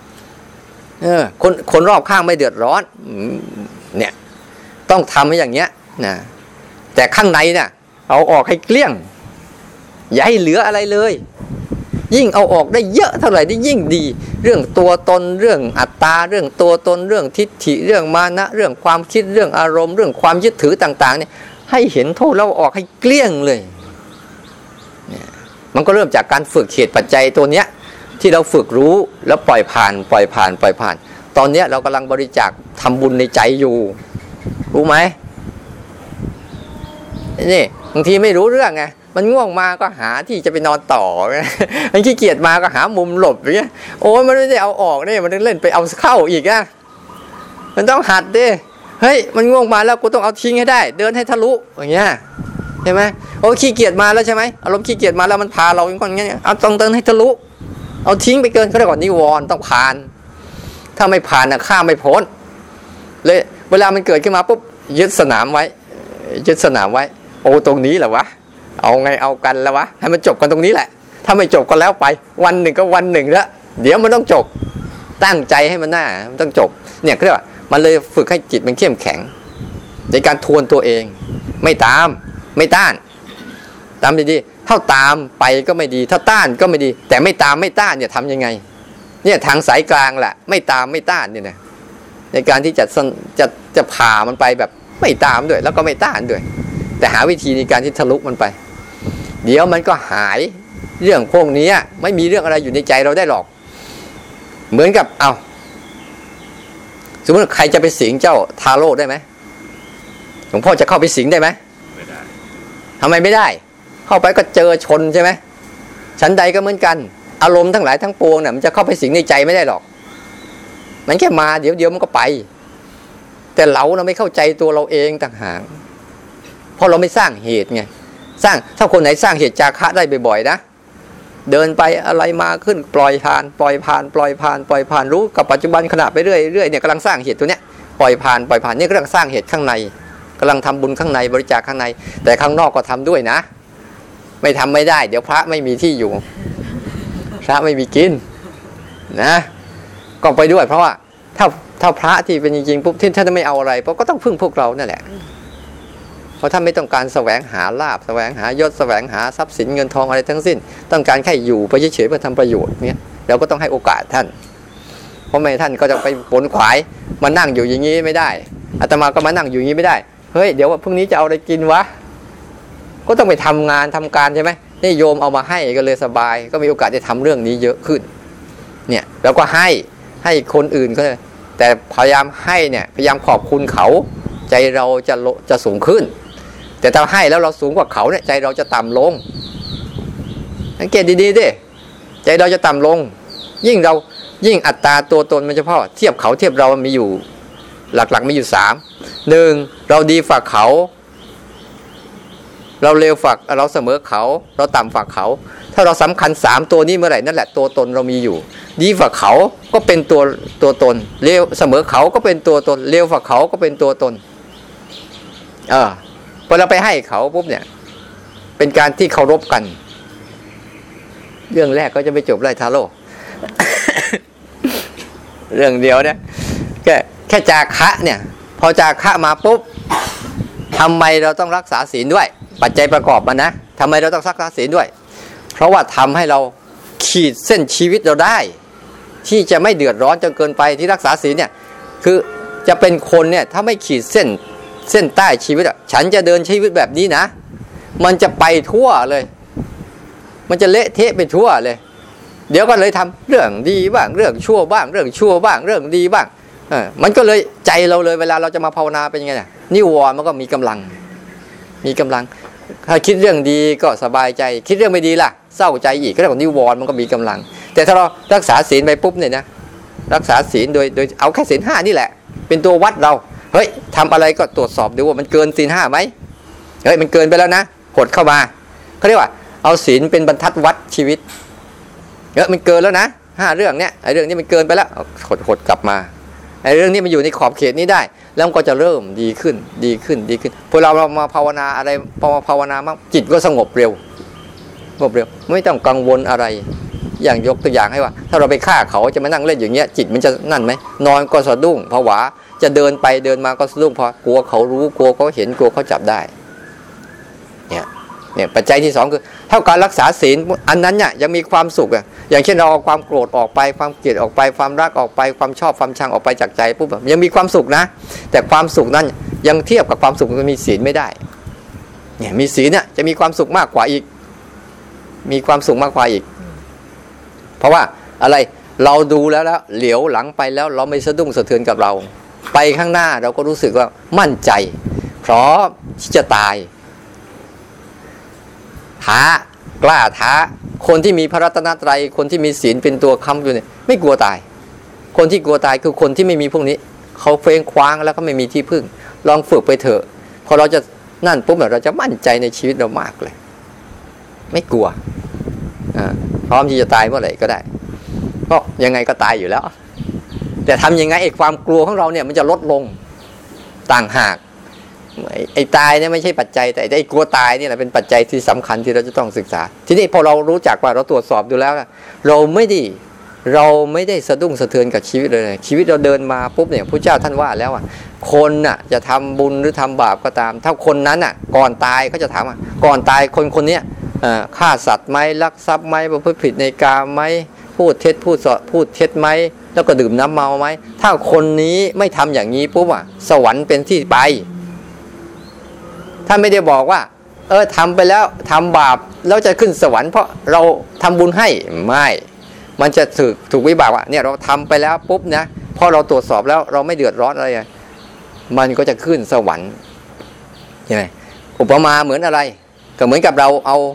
คนรอบข้างไม่เดือดร้อนเนี่ยต้องทำให้อย่างเงี้ยนะแต่ข้างในเนี่ยเอาออกให้เกลี้ยงอย่าให้เหลืออะไรเลยยิ่งเอาออกได้เยอะเท่าไหร่ได้ยิ่งดีเรื่องตัวตนเรื่องอัตตาเรื่องตัวตนเรื่องทิฏฐิเรื่องมานะเรื่องความคิดเรื่องอารมณ์เรื่องความยึดถือต่างๆเนี่ยให้เห็นโทษแล้วออกให้เกลี้ยงเลยเนี่ยมันก็เริ่มจากการฝึกเหตุปัจจัยตัวเนี้ยที่เราฝึกรู้แล้วปล่อยผ่านตอนนี้เรากำลังบริจาคทำบุญในใจอยู่รู้ไหมนี่บางทีไม่รู้เรื่องไงมันง่วงมาก็หาที่จะไปนอนต่อมันขี้เกียจมาก็หามุมหลบอย่างเงี้ยโอ้ยมันไม่ได้เอาออกนี่มันเล่นไปเอาเข้าอีกอ่ะมันต้องหัดดิเฮ้ยมันง่วงมาแล้วกูต้องเอาทิ้งให้ได้เดินให้ทะลุอย่างเงี้ยใช่ไหมโอ้ขี้เกียจมาแล้วใช่ไหมอารมณ์ขี้เกียจมาแล้วมันพาเราอย่างเงี้ยเอาต้องเดินให้ทะลุเอาทิ้งไปเกินเขาเรียกว่านิวรณ์ต้องผ่านถ้าไม่ผ่านนะข้ามไม่พ้นเลยเวลามันเกิดขึ้นมาปุ๊บยึดสนามไว้โอ้ตรงนี้แหละวะเอาไงเอากันแล้ววะให้มันจบกันตรงนี้แหละถ้าไม่จบก็แล้วไปวันหนึ่งก็วันหนึ่งแล้วเดี๋ยวมันต้องจบตั้งใจให้มันมันต้องจบเนี่ยเรียกว่ามันเลยฝึกให้จิตมันเข้มแข็งในการทวนตัวเองไม่ตามไม่ต้านตามดีๆเท่าตามไปก็ไม่ดีถ้าต้านก็ไม่ดีแต่ไม่ตามไม่ต้านเนี่ยทำยังไงเนี่ยทางสายกลางแหละไม่ตามไม่ต้านเนี่ยนะในการที่จะผ่ามันไปแบบไม่ตามด้วยแล้วก็ไม่ต้านด้วยแต่หาวิธีในการที่ทะลุมันไปเดี๋ยวมันก็หายเรื่องพวกนี้ไม่มีเรื่องอะไรอยู่ในใจเราได้หรอกเหมือนกับสมมติใครจะไปสิงเจ้าทาโร่ได้ไหมหลวงพ่อจะเข้าไปสิงได้ไหมไม่ได้ทำไมไม่ได้เข้าไปก็เจอชนใช่ไหมชั้นใดก็เหมือนกันอารมณ์ทั้งหลายทั้งปวงเนี่ยมันจะเข้าไปสิงในใจไม่ได้หรอกมันแค่มาเดี๋ยวมันก็ไปแต่เราไม่เข้าใจตัวเราเองต่างหากเพราะเราไม่สร้างเหตุไงถ้าคนไหนสร้างเหตุจาคะได้บ่อยๆนะเดินไปอะไรมาขึ้นปล่อยผ่านรู้กับปัจจุบันขณะไปเรื่อยเนี่ยกำลังสร้างเหตุตัวเนี้ยปล่อยผ่านนี่กำลังสร้างเหตุข้างในกำลังทำบุญข้างในบริจาคข้างในแต่ข้างนอกก็ทำด้วยนะไม่ทำไม่ได้เดี๋ยวพระไม่มีที่อยู่พระไม่มีกินนะก็ไปด้วยเพราะว่าถ้าพระที่เป็นจริงๆปุ๊บท่านไม่เอาอะไรเพราะก็ต้องพึ่งพวกเรานั่นแหละเพราะท่านไม่ต้องการแสวงหาลาภแสวงหายศแสวงหาทรัพย์สินเงินทองอะไรทั้งสิ้นต้องการแค่อยู่ไปเฉยๆเพื่อทำประโยชน์เนี่ยเราก็ต้องให้โอกาสท่านเพราะไม่ท่านก็จะไปผลขวายมานั่งอยู่อย่างนี้ไม่ได้อาตมาก็มานั่งอยู่อย่างนี้ไม่ได้เฮ้ยเดี๋ยวพรุ่งนี้จะเอาอะไรกินวะก็ต้องไปทำงานทำการใช่ไหมนี่โยมเอามาให้ก็เลยสบายก็มีโอกาสได้ทำเรื่องนี้เยอะขึ้นเนี่ยแล้วก็ให้คนอื่นก็แต่พยายามให้เนี่ยพยายามขอบคุณเขาใจเราจะสูงขึ้นแต่ถ้าให้แล้วเราสูงกว่าเขาเนี่ยใจเราจะต่ำลงสังเกตดีๆดิใจเราจะต่ำลงยิ่งอัตตาตัวตนมันเฉพาะเทียบเขาเทียบเรามีอยู่หลักๆมีอยู่1เราดีฝ่าเขาเราเลวฝ่าเราเสมอเขาเราต่ำฝ่าเขาถ้าเราสำคัญ3ตัวนี้เมื่อไหร่นั่นแหละตัวตนเรามีอยู่ดีฝ่าเขาก็เป็นตัวตนเลวเสมอเขาก็เป็นตัวตนเลวฝ่าเขาก็เป็นตัวตนพอเราไปให้เขาปุ๊บเนี่ยเป็นการที่เคารพกันเรื่องแรกก็จะไปจบไล่ทาโร่ เรื่องเดียวเนี่ยแค่จาคะเนี่ยพอจาคะมาปุ๊บทำไมเราต้องรักษาศีลด้วยปัจจัยประกอบมันนะทำไมเราต้องรักษาศีลด้วยเพราะว่าทำให้เราขีดเส้นชีวิตเราได้ที่จะไม่เดือดร้อนจนเกินไปที่รักษาศีลเนี่ยคือจะเป็นคนเนี่ยถ้าไม่ขีดเส้นใต้ชีวิตฉันจะเดินชีวิตแบบนี้นะมันจะไปทั่วเลยมันจะเละเทะไปทั่วเลยเดี๋ยวก็เลยทำเรื่องดีบ้างเรื่องชั่วบ้างเรื่องชั่วบ้างเรื่องดีบ้างมันก็เลยใจเราเลยเวลาเราจะมาภาวนาเป็นยังไงน่ะนิวรณ์มันก็มีกำลังถ้าคิดเรื่องดีก็สบายใจคิดเรื่องไม่ดีล่ะเศร้าใจอีกก็เรียกว่านิวรณ์มันก็มีกำลังแต่ถ้าเรารักษาศีลไปปุ๊บเนี่ยนะรักษาศีลโดยเอาแค่ศีล 5นี่แหละเป็นตัววัดเราเฮ้ยทำอะไรก็ตรวจสอบดูว่ามันเกินศีล 5ไหมเฮ้ยมันเกินไปแล้วนะกดเข้ามาเขาเรียกว่าเอาศีลเป็นบรรทัดวัดชีวิตมันเกินแล้วนะ5เรื่องเนี้ยไอ้เรื่องนี้มันเกินไปแล้วหดกลับมาไอ้เรื่องนี้มันอยู่ในขอบเขตนี้ได้แล้วก็จะเริ่มดีขึ้นพอเรามาภาวนาอะไรพอมาภาวนามั่งจิตก็สงบเร็วไม่ต้องกังวลอะไรอย่างยกตัวอย่างให้ว่าถ้าเราไปฆ่าเขาจะมานั่งเล่นอย่างเงี้ยจิตมันจะนั่นไหมนอนก็สะดุ้งผวาจะเดินไปเดินมาก็สะดุ้งเพราะกลัวเขารู้กลัวเขาเห็นกลัวเขาจับได้เนี่ยปัจจัยที่2คือเท่าการรักษาศีลอันนั้นเนี่ยยังมีความสุขอย่างเช่นเราเอาความโกรธออกไปความเกลียดออกไปความรักออกไปความชอบความชังออกไปจากใจปุ๊บยังมีความสุขนะแต่ความสุขนั้นยังเทียบกับความสุขที่มีศีลไม่ได้เนี่ยมีศีลเนี่ยจะมีความสุขมากกว่าอีกเพราะว่าอะไรเราดูแล้วเหลียวหลังไปแล้วเราไม่สะดุ้งสะเทือนกับเราไปข้างหน้าเราก็รู้สึกว่ามั่นใจพร้อมที่จะตายกล้าท้าคนที่มีพระรัตนตรัยคนที่มีศีลเป็นตัวค้ำอยู่เนี่ยไม่กลัวตายคนที่กลัวตายคือคนที่ไม่มีพวกนี้เขาเฟ้งคว้างแล้วก็ไม่มีที่พึ่งลองฝึกไปเถอะพอเราจะนั่นปุ๊บเราจะมั่นใจในชีวิตเรามากเลยไม่กลัวพร้อมที่จะตายเมื่อไหร่ก็ได้เพราะยังไงก็ตายอยู่แล้วแต่ทำยังไงไอ้ความกลัวของเราเนี่ยมันจะลดลงต่างหากไอ้ตายเนี่ยไม่ใช่ปัจจัยแต่ไอ้กลัวตายนี่แหละเป็นปัจจัยที่สำคัญที่เราจะต้องศึกษาทีนี้พอเรารู้จักว่าเราตรวจสอบดูแล้วเราไม่ได้สะดุ้งสะเทือนกับชีวิตเลยชีวิตเราเดินมาปุ๊บเนี่ยพระเจ้าท่านว่าแล้วคนน่ะจะทำบุญหรือทำบาปก็ตามถ้าคนนั้นน่ะก่อนตายเขาจะถามว่าก่อนตายคนนี้ฆ่าสัตว์ไหมลักทรัพย์ไหมประพฤติผิดในกามไหมพูดเท็จพูดเท็จไหมแล้วก็ดื่มน้ำเมาไหมถ้าคนนี้ไม่ทำอย่างนี้ปุ๊บสวรรค์เป็นที่ไปถ้าไม่ได้บอกว่าทำไปแล้วทำบาปแล้วจะขึ้นสวรรค์เพราะเราทำบุญให้ไม่มันจะถูกวิบากว่าเนี่ยเราทำไปแล้วปุ๊บนะพอเราตรวจสอบแล้วเราไม่เดือดร้อนอะไรมันก็จะขึ้นสวรรค์ใช่ไหมอุปมาเหมือนอะไรก็เหมือนกับเรา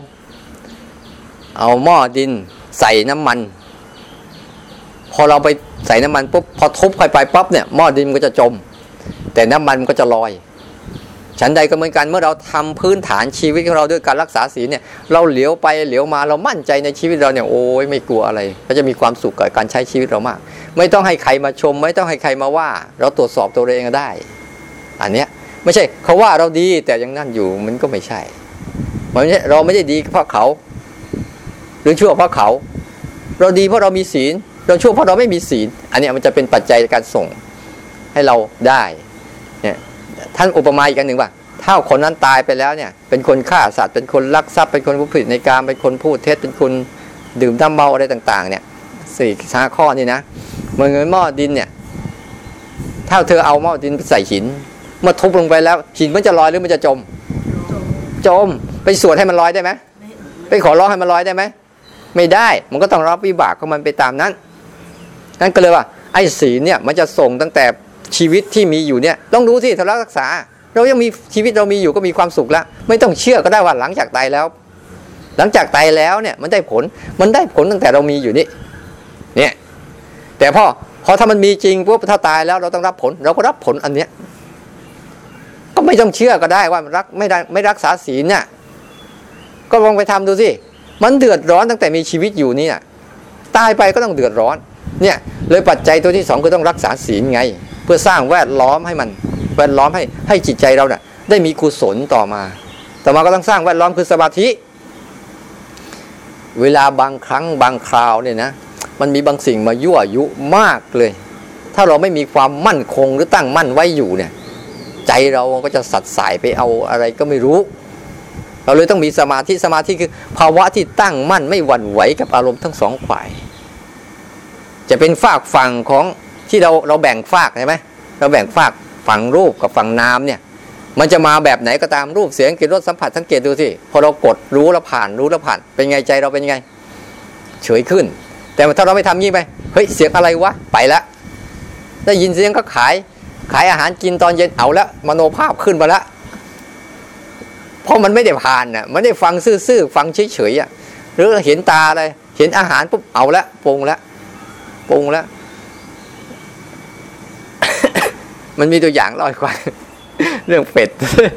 เอาหม้อดินใส่น้ำมันพอเราไปใส่น้ำมันปุ๊บพอทุบไปปั๊บเนี่ยหม้อดินมันก็จะจมแต่น้ำมันมันก็จะลอยฉันใดก็เหมือนกันเมื่อเราทำพื้นฐานชีวิตของเราด้วยการรักษาศีลเนี่ยเราเหลียวไปเหลียวมาเรามั่นใจในชีวิตเราเนี่ยโอ้ยไม่กลัวอะไรก็จะมีความสุขกับการใช้ชีวิตเรามากไม่ต้องให้ใครมาชมไม่ต้องให้ใครมาว่าเราตรวจสอบตัวเองก็ได้อันเนี้ยไม่ใช่เขาว่าเราดีแต่ยังนั่นอยู่มันก็ไม่ใช่เราไม่ได้ดีเพราะเขาหรือชั่วเพราะเขาเราดีเพราะเรามีศีลเราชั่วเพราะเราไม่มีศีลอันนี้มันจะเป็นปัจจัยในการส่งให้เราได้เนี่ยท่านอุปมาอีกอันหนึ่งว่าถ้าคนนั้นตายไปแล้วเนี่ยเป็นคนฆ่าสัตว์เป็นคนลักทรัพย์เป็นคนผู้ผิดในกามเป็นคนพูดเท็จเป็นคนดื่มน้ำเมาอะไรต่างๆเนี่ย4 ข้อนี่นะเหมือนหม้อดินเนี่ยถ้าเธอเอาหม้อดินไปใส่หินมาทุบลงไปแล้วหินมันจะลอยหรือมันจะจมไปสวดให้มันลอยได้ไหมไปขอร้องให้มันลอยได้ไหมไม่ได้มันก็ต้องรับวิบากของมันไปตามนั้นนั่นก็เลยว่าไอ้ศีลเนี่ยมันจะส่งตั้งแต่ชีวิตที่มีอยู่เนี่ยต้องรู้สิถ้าเรารักษาเรายังมีชีวิตเรามีอยู่ก็มีความสุขแล้วไม่ต้องเชื่อก็ได้ว่าหลังจากตายแล้วเนี่ยมันได้ผลตั้งแต่เรามีอยู่นี่เนี่ยแต่พอถ้ามันมีจริงปุ๊บถ้าตายแล้วเราต้องรับผลเราก็รับผลอันเนี้ยก็ไม่ต้องเชื่อก็ได้ว่าไม่รักษาศีลเนี่ยก็ลองไปทำดูสิมันเดือดร้อนตั้งแต่มีชีวิตอยู่นี่ตายไปก็ต้องเดือดร้อนเนี่ยเลยปัจจัยตัวที่2คือต้องรักษาศีลไงเพื่อสร้างแวดล้อมให้จิตใจเราเนี่ยได้มีกุศลต่อมาก็ต้องสร้างแวดล้อมคือสมาธิเวลาบางครั้งบางคราวเนี่ยนะมันมีบางสิ่งมายั่วยุมากเลยถ้าเราไม่มีความมั่นคงหรือตั้งมั่นไว้อยู่เนี่ยใจเราก็จะสัดสายไปเอาอะไรก็ไม่รู้เราเลยต้องมีสมาธิคือภาวะที่ตั้งมั่นไม่หวั่นไหวกับอารมณ์ทั้ง2 ฝ่ายจะเป็นฝากฝั่งของที่เราแบ่งฝากใช่ไหมเราแบ่งฝากฝั่งรูปกับฝั่งนามเนี่ยมันจะมาแบบไหนก็ตามรูปเสียงกลิ่นรสสัมผัสสังเกตดูสิพอเรากดรู้แล้วผ่านเป็นไงใจเราเป็นไงเฉยขึ้นแต่ถ้าเราไม่ทำงี้ไปเฮ้ยเสียงอะไรวะไปละได้ยินเสียงก็ขายอาหารกินตอนเย็นเอาละมโนภาพขึ้นมาละเพราะมันไม่ได้ผ่านน่ะมันได้ฟังซื่อๆฟังเฉยๆอ่ะหรือเห็นตาอะไรเห็นอาหารปุ๊บเอาละปรุงละมันมีตัวอย่างเล่าให้ฟังเรื่องเป็ด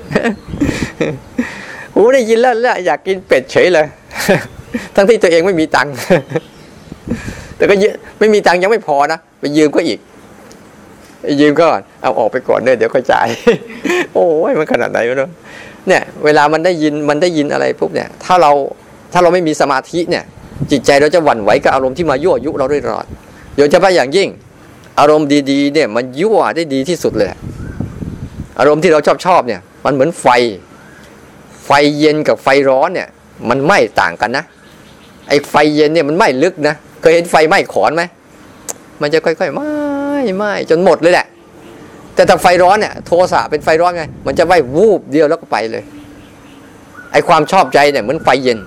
โอ้ได้ยินแล้วอยากกินเป็ดเฉยเลยทั้งที่ตัวเองไม่มีตังค์แต่ก็ไม่มีตังค์ยังไม่พอนะไปยืมก็อีกยืมก่อนเอาออกไปก่อนเดี๋ยวค่อยจ่ายโอ้ยมันขนาดไหนวะเนี่ยเวลามันได้ยินอะไรปุ๊บเนี่ยถ้าเราไม่มีสมาธิเนี่ยจิตใจเราจะหวั่นไหวกับอารมณ์ที่มายั่วยุเราตลอดโดยเฉพาะอย่างยิ่งอารมณ์ดีๆเนี่ยมันยั่วได้ดีที่สุดเลยอารมณ์ที่เราชอบเนี่ยมันเหมือนไฟเย็นกับไฟร้อนเนี่ยมันไหม้ต่างกันนะไอ้ไฟเย็นเนี่ยมันไหม้ลึกนะเคยเห็นไฟไหม้ขอนไหมมันจะค่อยๆไหม้จนหมดเลยแหละแต่ถ้าไฟร้อนเนี่ยโทสะเป็นไฟร้อนไงมันจะไหม้วูบเดียวแล้วก็ไปเลยไอ้ความชอบใจเนี่ยเหมือนไฟเย็น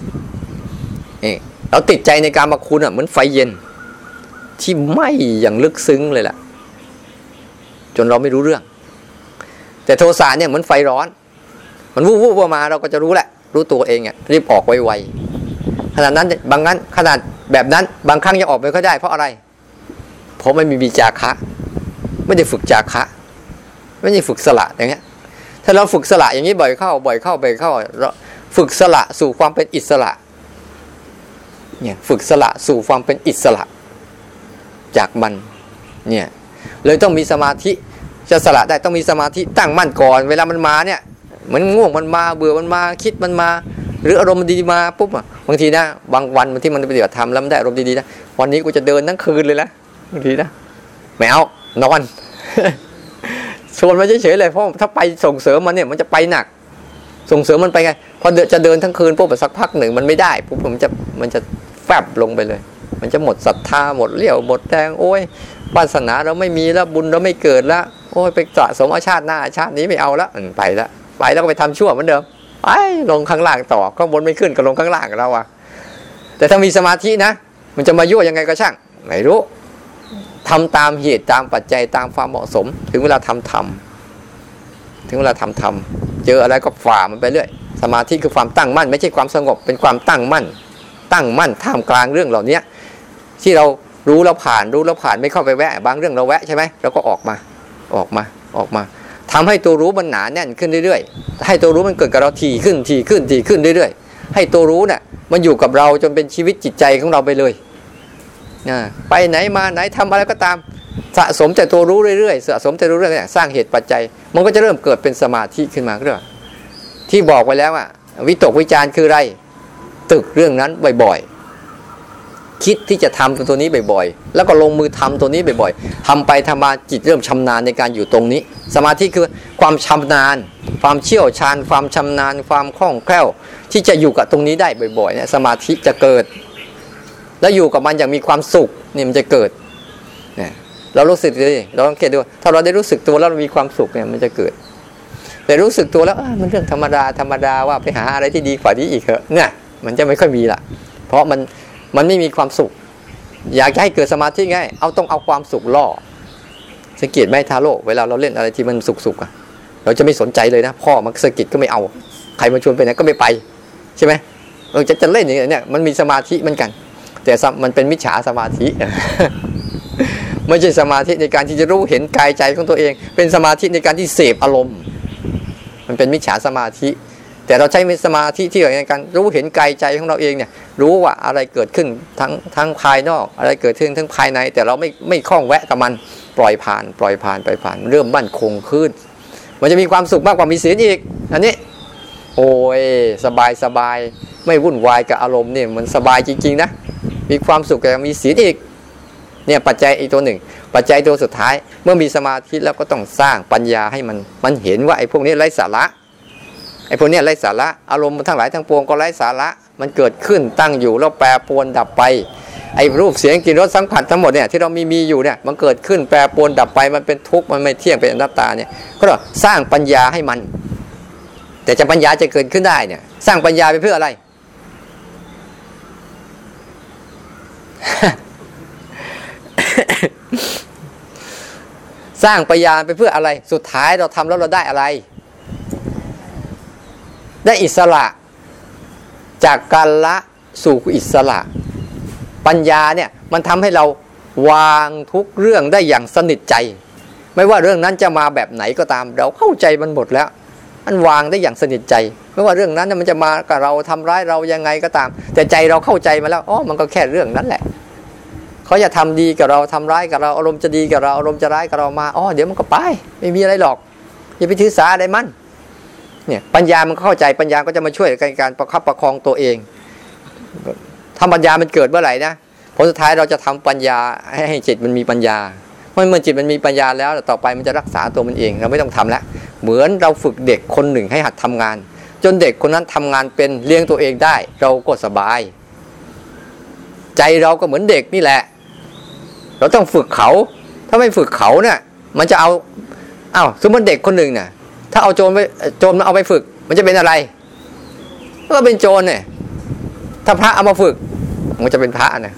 เราติดใจในการมาคุณอ่ะเหมือนไฟเย็นที่ไหม้อย่างลึกซึ้งเลยล่ะจนเราไม่รู้เรื่องแต่โทสะเนี่ยเหมือนไฟร้อนมันวูบมาเราก็จะรู้แหละรู้ตัวเองอ่ะรีบออกไวๆขนาดนั้นขนาดแบบนั้นบางครั้งยังออกไม่ค่อยได้เพราะอะไรเพราะไม่มีจาคะไม่ได้ฝึกจาคะไม่ได้ฝึกสละอย่างเงี้ยถ้าเราฝึกสละอย่างนี้บ่อยเข้าเราฝึกสละสู่ความเป็นอิสระเนี่ยฝึกสละสู่ความเป็นอิสระจากมันเนี่ยเลยต้องมีสมาธิจะสละได้ต้องมีสมาธิตั้งมั่นก่อนเวลามันมาเนี่ยมันง่วงมันมาเบื่อมันมาคิดมันมาหรืออารมณ์มันดีมาปุ๊บบางทีนะบางวันที่มันปฏิบัติธรรมแล้วมันได้อารมณ์ดีๆนะวันนี้กูจะเดินทั้งคืนเลยนะบางทีนะไม่เอานอนชวนมันเฉยๆเลยเพราะถ้าไปส่งเสริมมันเนี่ยมันจะไปหนักส่งเสริมมันไปไงพอจะเดินทั้งคืนปุ๊บสักพักหนึ่งมันไม่ได้ปุ๊บมันจะแฟบลงไปเลยมันจะหมดศรัทธาหมดเรี่ยวหมดแรงโอ้ยวาสนาเราไม่มีแล้วบุญเราไม่เกิดแล้วโอ้ยไปสะสมชาติหน้าชาตินี้ไม่เอาแล้วไปแล้วก็ไปทำชั่วเหมือนเดิมลงข้างล่างต่อข้างบนไม่ขึ้นก็ลงข้างล่างเราอะแต่ถ้ามีสมาธินะมันจะมายั่วยังไงก็ช่างไม่รู้ทำตามเหตุตามปัจจัยตามความเหมาะสมถึงเวลาทำเจออะไรก็ฝ่ามันไปเรื่อยสมาธิคือความตั้งมั่นไม่ใช่ความสงบเป็นความตั้งมั่นท่ามกลางเรื่องเหล่านี้ที่เรารู้แล้วผ่านไม่เข้าไปแวะบางเรื่องเราแวะใช่ไหมเราก็ออกมาทำให้ตัวรู้มันหนาแน่นขึ้นเรื่อยๆให้ตัวรู้มันเกิดกับเราถี่ขึ้นเรื่อยๆให้ตัวรู้เนี่ยมันอยู่กับเราจนเป็นชีวิตจิตใจของเราไปเลยไปไหนมาไหนทำอะไรก็ตามสะสมแต่ตัวรู้เรื่อยๆสะสมแต่รู้เรื่อยๆสร้างเหตุปัจจัยมันก็จะเริ่มเกิดเป็นสมาธิขึ้นมาเรื่อยที่บอกไว้แล้ววิตกวิจารคืออะไรตึกเรื่องนั้นบ่อยๆคิดที่จะทำตัวนี้บ่อยๆแล้วก็ลงมือทำตัวนี้บ่อยๆทำไปทำมาจิตเริ่มชำนาญในการอยู่ตรงนี้สมาธิคือความชำนาญความเชี่ยวชาญความชำนาญความคล่องแคล่วที่จะอยู่กับตรงนี้ได้บ่อยๆเนี่ยสมาธิจะเกิดแล้วอยู่กับมันอย่างมีความสุขนี่มันจะเกิดเนี่ยเรารู้สึกดิเราต้องคิดดูถ้าเราได้รู้สึกตัวแล้วเรามีความสุขเนี่ยมันจะเกิดแต่รู้สึกตัวแล้วมันเรื่องธรรมดาว่าไปหาอะไรที่ดีกว่านี้อีกเถอะเนี่ยมันจะไม่ค่อยมีละเพราะมันไม่มีความสุขอยากจะให้เกิดสมาธิไงต้องเอาความสุขล่อสังเกตไหมทาโร่เวลาเราเล่นอะไรที่มันสุขเราจะไม่สนใจเลยนะพ่อมันสะกิดก็ไม่เอาใครมาชวนไปไหนก็ไม่ไปใช่ไหมจะเล่นอย่างนี้มันมีสมาธิเหมือนกันแต่มันเป็นมิจฉาสมาธิ ไม่ใช่สมาธิในการที่จะรู้เห็นกายใจของตัวเองเป็นสมาธิในการที่เสพอารมณ์มันเป็นมิจฉาสมาธิแต่เราใช้สมาธิที่ในการรู้เห็นกายใจของเราเองเนี่ยรู้ว่าอะไรเกิดขึ้นทั้งภายนอกอะไรเกิดขึ้นทั้งภายในแต่เราไม่คล้องแวะกับมันปล่อยผ่านเริ่มมั่นคงขึ้นมันจะมีความสุขมากกว่ามีศีลอีกอันนี้โอ้ยสบายไม่วุ่นวายกับอารมณ์เนี่ยมันสบายจริงๆนะมีความสุขแต่มีศีลอีกเนี่ยปัจจัยอีกตัวหนึ่งปัจจัยตัวสุดท้ายเมื่อมีสมาธิแล้วก็ต้องสร้างปัญญาให้มันเห็นว่าไอ้พวกนี้ไร้สาระไอ้พวกนี้ไร้สาระอารมณ์ทั้งหลายทั้งปวงก็ไร้สาระมันเกิดขึ้นตั้งอยู่แล้วแปรปรวนดับไปไอ้รูปเสียงกลิ่นรสสัมผัสทั้งหมดเนี่ยที่เรามีอยู่เนี่ยมันเกิดขึ้นแปรปรวนดับไปมันเป็นทุกข์มันไม่เที่ยงเป็นอนัตตาเนี่ยก็ต้องสร้างปัญญาให้มันแต่ปัญญาจะเกิดขึ้นได้เนี่ยสร้างปัญญาไปเพื่ออะไร สสร้างปัญญาไปเพื่ออะไรสุดท้ายเราทำแล้วเราได้อะไรได้อิสระจากการละสู่อิสระปัญญาเนี่ยมันทำให้เราวางทุกเรื่องได้อย่างสนิทใจไม่ว่าเรื่องนั้นจะมาแบบไหนก็ตามเราเข้าใจมันหมดแล้วมันวางได้อย่างสนิทใจไม่ว่าเรื่องนั้นมันจะมากับเราทำร้ายเรายังไงก็ตามแต่ใจเราเข้าใจมาแล้วอ๋อมันก็แค่เรื่องนั้นแหละเขาจะทำดีกับเราทำร้ายกับเราอารมณ์จะดีกับเราอารมณ์จะร้ายกับเรามาอ๋อเดี๋ยวมันก็ไปไม่มีอะไรหรอกอย่าไปถือสาอะไรมันเนี่ยปัญญามันเข้าใจปัญญาก็จะมาช่วยในการประคับประคองตัวเองถ้าปัญญามันเกิดเมื่อไหร่นะผลสุดท้ายเราจะทำปัญญาให้จิตมันมีปัญญาเมื่อจิตมันมีปัญญาแล้วต่อไปมันจะรักษาตัวมันเองเราไม่ต้องทำแล้วเหมือนเราฝึกเด็กคนหนึ่งให้หัดทำงานจนเด็กคนนั้นทำงานเป็นเลี้ยงตัวเองได้เราก็สบายใจเราก็เหมือนเด็กนี่แหละเราต้องฝึกเขาถ้าไม่ฝึกเขาเนี่ยมันจะเอาสมมติเด็กคนหนึ่งเนี่ยถ้าเอาโจรมาเอาไปฝึกมันจะเป็นอะไรก็เป็นโจรเนี่ยถ้าพระเอามาฝึกมันจะเป็นพระนะ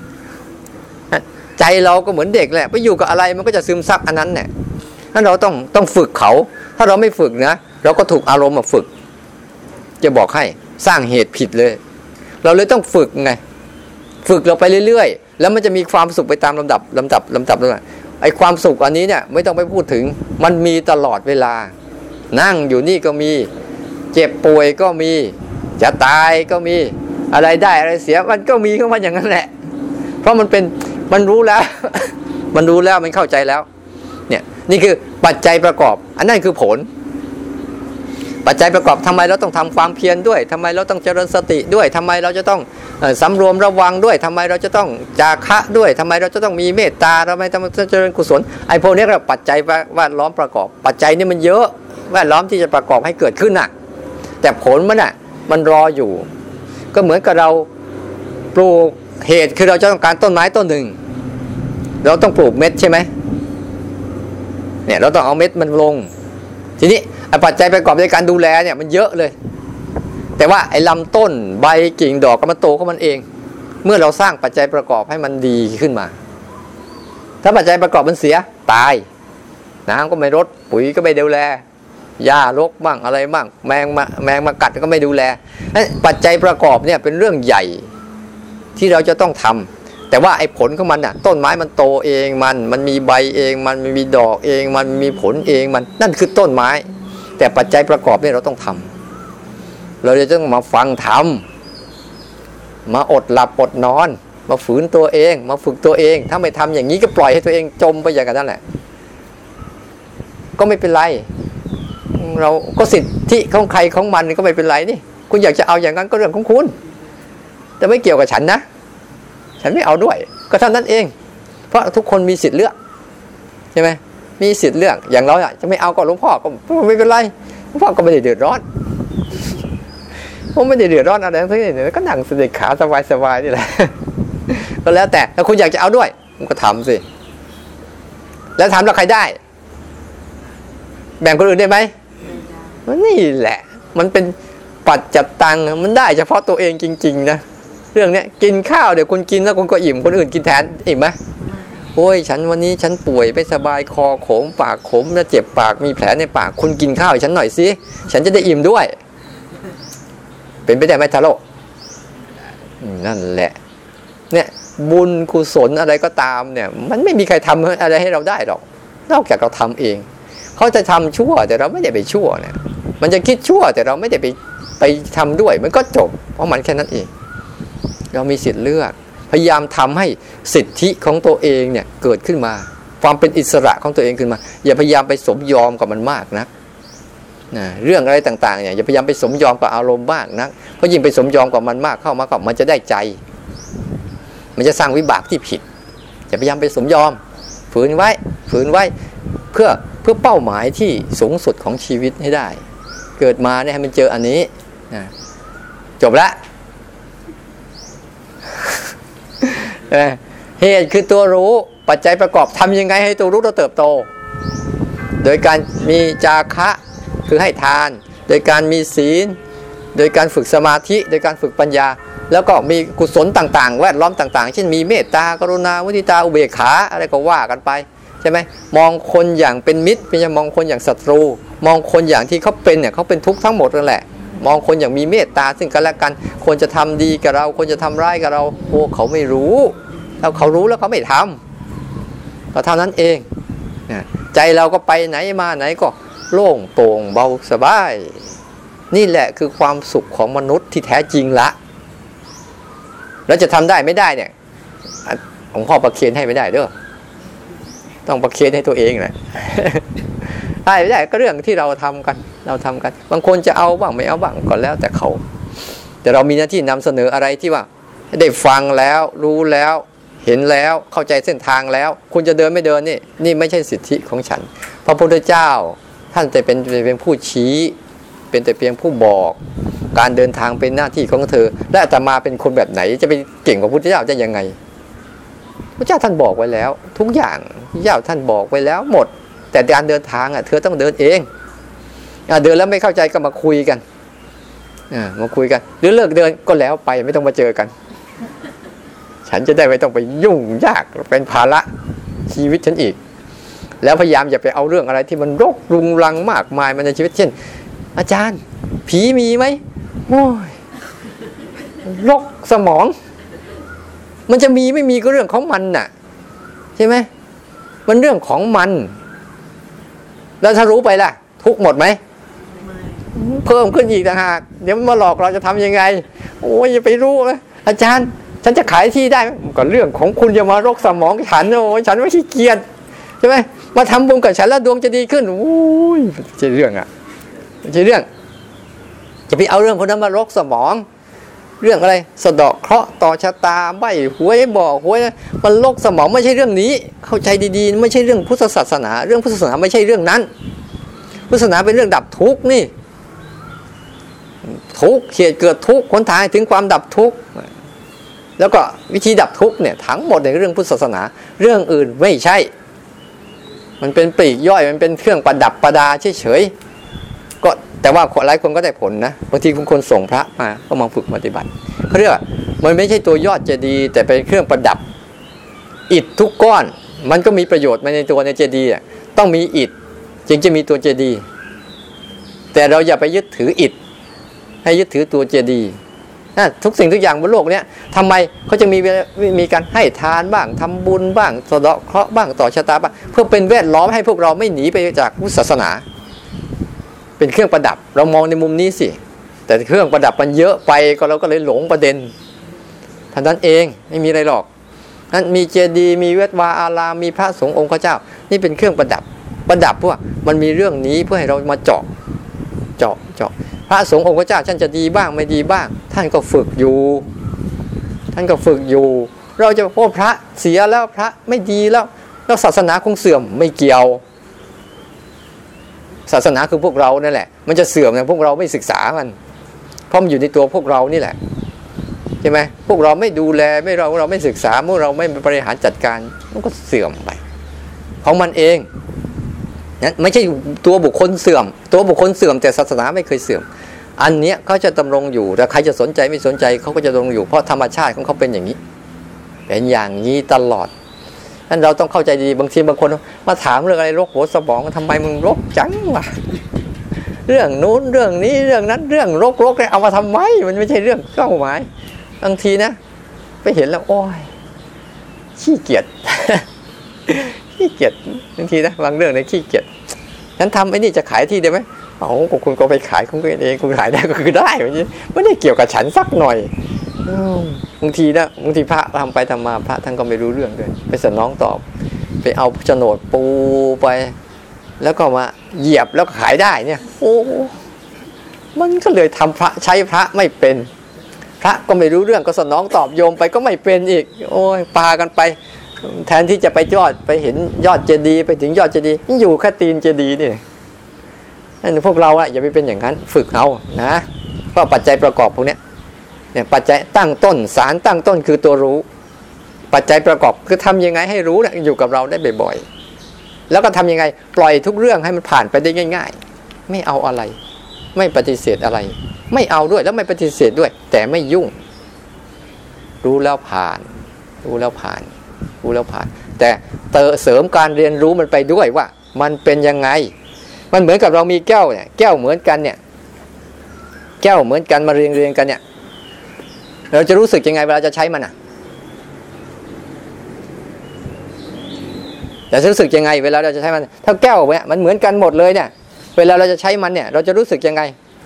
ใจเราก็เหมือนเด็กแหละไปอยู่กับอะไรมันก็จะซึมซับอันนั้นเนี่ยถ้าเราต้องฝึกเขาถ้าเราไม่ฝึกนะเราก็ถูกอารมณ์มาฝึกจะบอกให้สร้างเหตุผิดเลยเราเลยต้องฝึกไงฝึกเราไปเรื่อยๆแล้วมันจะมีความสุขไปตามลำดับไอ้ความสุขอันนี้เนี่ยไม่ต้องไปพูดถึงมันมีตลอดเวลานั่งอยู่นี่ก็มีเจ็บป่วยก็มีจะตายก็มีอะไรได้อะไรเสียมันก็มีเข้ามาอย่างนั้นแหละเพราะมันรู้แล้ว มันรู้แล้วมันเข้าใจแล้วเนี่ยนี่คือปัจจัยประกอบอันนั้นคือผลปัจจัยประกอบทำไมเราต้องทำความเพียรด้วยทำไมเราต้องเจริญสติด้วยทำไมเราจะต้องสำรวมระวังด้วยทำไมเราจะต้องจาคะด้วยทำไมเราจะต้องมีเมตตาทำไมต้องเจริญกุศลไอ้พวกนี้เราปัจจัยแวดล้อมประกอบปัจจัยนี่มันเยอะแวดล้อมที่จะประกอบให้เกิดขึ้นน่ะแต่ผลมันรออยู่ก็เหมือนกับเราปลูกเหตุคือเราจะต้องการต้นไม้ต้นหนึ่งเราต้องปลูกเม็ดใช่ไหมเนี่ยเราต้องเอาเม็ดมันลงทีนี้ปัจจัยประกอบในการดูแลเนี่ยมันเยอะเลยแต่ว่าไอ้ลำต้นใบกิ่งดอกก็มันโตของมันเองเมื่อเราสร้างปัจจัยประกอบให้มันดีขึ้นมาถ้าปัจจัยประกอบมันเสียตายน้ำก็ไม่รดปุ๋ยก็ไม่ดูแลหญ้ารกบ้างอะไรบ้างแมงมากัดก็ไม่ดูแลปัจจัยประกอบเนี่ยเป็นเรื่องใหญ่ที่เราจะต้องทำแต่ว่าไอ้ผลของมันน่ะต้นไม้มันโตเองมันมีใบเองมันมีดอกเองมันมีผลเองมันนั่นคือต้นไม้แต่ปัจจัยประกอบเนี่ยเราต้องทำเราจะต้องมาฟังทำมาอดหลับอดนอนมาฝืนตัวเองมาฝึกตัวเองถ้าไม่ทำอย่างนี้ก็ปล่อยให้ตัวเองจมไปอย่างนั้นแหละก็ไม่เป็นไรเราก็สิทธิของใครของมันก็ไม่เป็นไรนี่คุณอยากจะเอาอย่างนั้นก็เรื่องของคุณแต่ไม่เกี่ยวกับฉันนะฉันไม่เอาด้วยก็เท่านั้นเองเพราะทุกคนมีสิทธิ์เลือกใช่ไหมมีสิทธิ์เลือกอย่างเราจะไม่เอาก็หลวงพ่อก็ไม่เป็นไรหลวงพ่อก็ไม่ได้เดือดร้อนผมไม่ได้เดือดร้อนอะไรทั้งสิ้นก็นั่งเสด็จขาสบายๆนี่แหละก็แล้วแต่ถ้าคุณอยากจะเอาด้วยคุณก็ทำสิแล้วทำแล้วใครได้แบ่งคนอื่นได้ไหมนี่แหละมันเป็นปัจจัตตังมันได้เฉพาะตัวเองจริงๆนะเรื่องนี้กินข้าวเดี๋ยวคุณกินแล้วคุณก็อิ่มคนอื่นกินแทนอิ่มไหมโอ้ยฉันวันนี้ฉันป่วยไม่สบายคอโขมปากขมแล้วเจ็บปากมีแผลในปากคุณกินข้าวฉันหน่อยสิฉันจะได้อิ่มด้วยเป็นไปได้ไหมทาโร่นั่นแหละเนี่ยบุญกุศลอะไรก็ตามเนี่ยมันไม่มีใครทำอะไรให้เราได้หรอกนอกจากเราทำเองเขาจะทำชั่วแต่เราไม่ได้ไปชั่วเนี่ยมันจะคิดชั่วแต่เราไม่ได้ไปทำด้วยมันก็จบเพราะมันแค่นั้นเองเรามีสิทธิ์เลือกพยายามทำให้สิทธิของตัวเองเนี่ยเกิดขึ้นมาความเป็นอิสระของตัวเองขึ้นมาอย่าพยายามไปสมยอมกับมันมากนะเรื่องอะไรต่างๆเนี่ยอย่าพยายามไปสมยอมกับอารมณ์มากนะเพราะยิ่งไปสมยอมกับมันมากเข้ามันจะได้ใจมันจะสร้างวิบากที่ผิดอย่าพยายามไปสมยอมฝืนไว้เพื่อเป้าหมายที่สูงสุดของชีวิตให้ได้เกิดมาเนี่ยให้มันเจออันนี้จบละเหตุคือตัวรู้ปัจจัยประกอบทำยังไงให้ตัวรู้เราเติบโตโดยการมีจาคะคือให้ทานโดยการมีศีลโดยการฝึกสมาธิโดยการฝึกปัญญาแล้วก็มีกุศลต่างๆแวดล้อมต่างๆเช่นมีเมตตากรุณามุทิตาอุเบกขาอะไรก็ว่ากันไปใช่ไหมมองคนอย่างเป็นมิตรไม่ใช่มองคนอย่างศัตรูมองคนอย่างที่เขาเป็นเนี่ยเขาเป็นทุกข์ทั้งหมดนั่นแหละมองคนอย่างมีเมตตาซึ่งกันและกันควรจะทำดีกับเราควรจะทำร้ายกับเราโอ้เขาไม่รู้แล้วเขารู้แล้วเขาไม่ทำก็เท่านั้นเองใจเราก็ไปไหนมาไหนก็โล่งโปร่งเบาสบายนี่แหละคือความสุขของมนุษย์ที่แท้จริงละแล้วจะทำได้ไม่ได้เนี่ยของพ่อประเคนให้ไม่ได้เด้อต้องประเคนให้ตัวเองแหละได้ไม่ได้ก็เรื่องที่เราทำกันบางคนจะเอาบ้างไม่เอาบ้างก็แล้วแต่เขาแต่เรามีหน้าที่นำเสนออะไรที่ว่าได้ฟังแล้วรู้แล้วเห็นแล้วเข้าใจเส้นทางแล้วคุณจะเดินไม่เดินนี่ไม่ใช่สิทธิของฉันพระพุทธเจ้าท่านจะเป็นผู้ชี้เป็นแต่เพียงผู้บอกการเดินทางเป็นหน้าที่ของเธอและอาตมาเป็นคนแบบไหนจะไปเก่งกว่าพระพุทธเจ้าจะยังไงพระเจ้าท่านบอกไว้แล้วทุกอย่างพระเจ้าท่านบอกไว้แล้วหมดแต่การเดินทางเธอต้องเดินเองเดินแล้วไม่เข้าใจก็มาคุยกันหรือเลิกเดินก็แล้วไปไม่ต้องมาเจอกันฉันจะได้ไม่ต้องไปยุ่งยากเป็นภาระชีวิตฉันอีกแล้วพยายามอย่าไปเอาเรื่องอะไรที่มันรกรุงรังมากมายมันในชีวิตเช่นอาจารย์ผีมีไหมโอ้ยรกสมองมันจะมีไม่มีก็เรื่องของมันน่ะใช่ไหมมันเรื่องของมันแล้วถ้ารู้ไปล่ะทุกหมดไหมเพิ่มขึ้นอีกต่างหากเดี๋ยวมันมาหลอกเราจะทำยังไงโอ้ยอย่าไปรู้นะอาจารย์ฉันจะขายที่ได้ก็เรื่องของคุณอย่ามารกสมองฉันโอ้ยฉันไม่ขี้เกียจใช่ไหมมาทำบุญกับฉันแล้วดวงจะดีขึ้นโอ้ยไม่ใช่เรื่องไม่ใช่เรื่องจะไปเอาเรื่องคนนั้นมารกสมองเรื่องอะไรสะเดาะเคราะห์ต่อชะตาใบหวยบอกหวยมันรกสมองไม่ใช่เรื่องนี้เข้าใจดีๆไม่ใช่เรื่องพุทธศาสนาเรื่องพุทธศาสนาไม่ใช่เรื่องนั้นพุทธศาสนาเป็นเรื่องดับทุกข์นี่ทุกข์เหตุเกิดทุกข์หนทางถึงความดับทุกข์แล้วก็วิธีดับทุกข์เนี่ยทั้งหมดในเรื่องพุทธศาสนาเรื่องอื่นไม่ใช่มันเป็นปลีกย่อยมันเป็นเครื่องประดับประดาเฉยๆก็แต่ว่าหลายคนก็ได้ผลนะบางทีคนส่งพระมาก็มาฝึกปฏิบัติเขาเรียกว่ามันไม่ใช่ตัวยอดเจดีย์แต่เป็นเครื่องประดับอิฐทุกก้อนมันก็มีประโยชน์ในตัวในเจดีย์ต้องมีอิฐจึงจะมีตัวเจดีย์แต่เราอย่าไปยึดถืออิฐให้ยึดถือตัวเจดีย์ทุกสิ่งทุกอย่างบนโลกนี้ทำไมเขาจะมีการให้ทานบ้างทำบุญบ้างสะเดาะเคราะห์บ้างต่อชะตาบ้างเพื่อเป็นแวดล้อมให้พวกเราไม่หนีไปจากพุทธศาสนาเป็นเครื่องประดับเรามองในมุมนี้สิแต่เครื่องประดับมันเยอะไปก็เราก็เลยหลงประเด็นท่านั้นเองไม่มีอะไรหรอกนั้นมีเจดีย์มีวัดวาอารามมีพระสงฆ์องค์พระเจ้านี่เป็นเครื่องประดับเพราะว่ามันมีเรื่องนี้เพื่อให้เรามาเจาะพระสงฆ์องค์พระเจ้าท่านจะดีบ้างไม่ดีบ้างท่านก็ฝึกอยู่เราจะพบพระเสียแล้วพระไม่ดีแล้วศาสนาคงเสื่อมไม่เกี่ยวศาสนาคือพวกเรานั่นแหละมันจะเสื่อมนะพวกเราไม่ศึกษามันเพราะมันอยู่ในตัวพวกเรานี่แหละใช่ไหมพวกเราไม่ดูแลเราไม่ศึกษาเมื่อเราไม่บริหารจัดการมันก็เสื่อมไปของมันเองนั้นไม่ใช่ตัวบุคคลเสื่อมแต่ศาสนาไม่เคยเสื่อมอันเนี้ยเขาจะดำรงอยู่แต่ใครจะสนใจไม่สนใจเขาก็จะดำรงอยู่เพราะธรรมชาติของเขาเป็นอย่างนี้ตลอดนั้นเราต้องเข้าใจดีบางทีบางคนมาถามเรื่องอะไรรกหัวสมองทำไมมึงรกจังวะเรื่องนู้นเรื่องนี้เรื่องนั้นเรื่องรกเนี่ยเอามาทำไมมันไม่ใช่เรื่องเป้าหมายบางทีนะไปเห็นแล้วโอ้ยขี้เกียจบางทีนะบางเรื่องเนี่ยขี้เกียจนั้นทำไอ้นี่จะขายที่ได้ไหมคุณก็ไปขายของคุณเองคุณขายได้ก็คือได้ไม่ได้เกี่ยวกับฉันสักหน่อยบางทีพระทำไปทำมาพระท่านก็ไม่รู้เรื่องด้วยไปสนองตอบไปเอาโฉนดปูไปแล้วก็มาเหยียบแล้วขายได้เนี่ยโอ้มันก็เลยทำพระใช้พระไม่เป็นพระก็ไม่รู้เรื่องก็สนองตอบโยมไปก็ไม่เป็นอีกโอ้ยปากันไปแทนที่จะไปไปเห็นยอดเจดีย์ไปถึงยอดเจดีย์อยู่แค่ตีนเจดีย์นี่นั่นพวกเราอย่าไปเป็นอย่างนั้นฝึกเอานะเพราะปัจจัยประกอบพวกนี้เนี่ยปัจจัยตั้งต้นสารตั้งต้นคือตัวรู้ปัจจัยประกอบคือทำยังไงให้รู้เนี่ยอยู่กับเราได้บ่อยๆแล้วก็ทำยังไงปล่อยทุกเรื่องให้มันผ่านไปได้ง่ายๆไม่เอาอะไรไม่ปฏิเสธอะไรไม่เอาด้วยแล้วไม่ปฏิเสธด้วยแต่ไม่ยุ่งรู้แล้วผ่านแต่เสริมการเรียนรู้มันไปด้วยว่ามันเป็นยังไงมันเหมือนกับเรามีแก้วเนี่ยแก้วเหมือนกันเนี่ยแก้วเหมือนกันมาเรียงกันเนี่ยเราจะรู้สึกยังไงเวลาจะใช้มันอ่ะจะรู้สึกยังไงเวลาเราจะใช้มันถ้าแก้วเนี่ยมันเหมือนกันหมดเลยเนี่ยเวลาเราจะใช้มันเนี่ยเราจะรู้สึกยังไง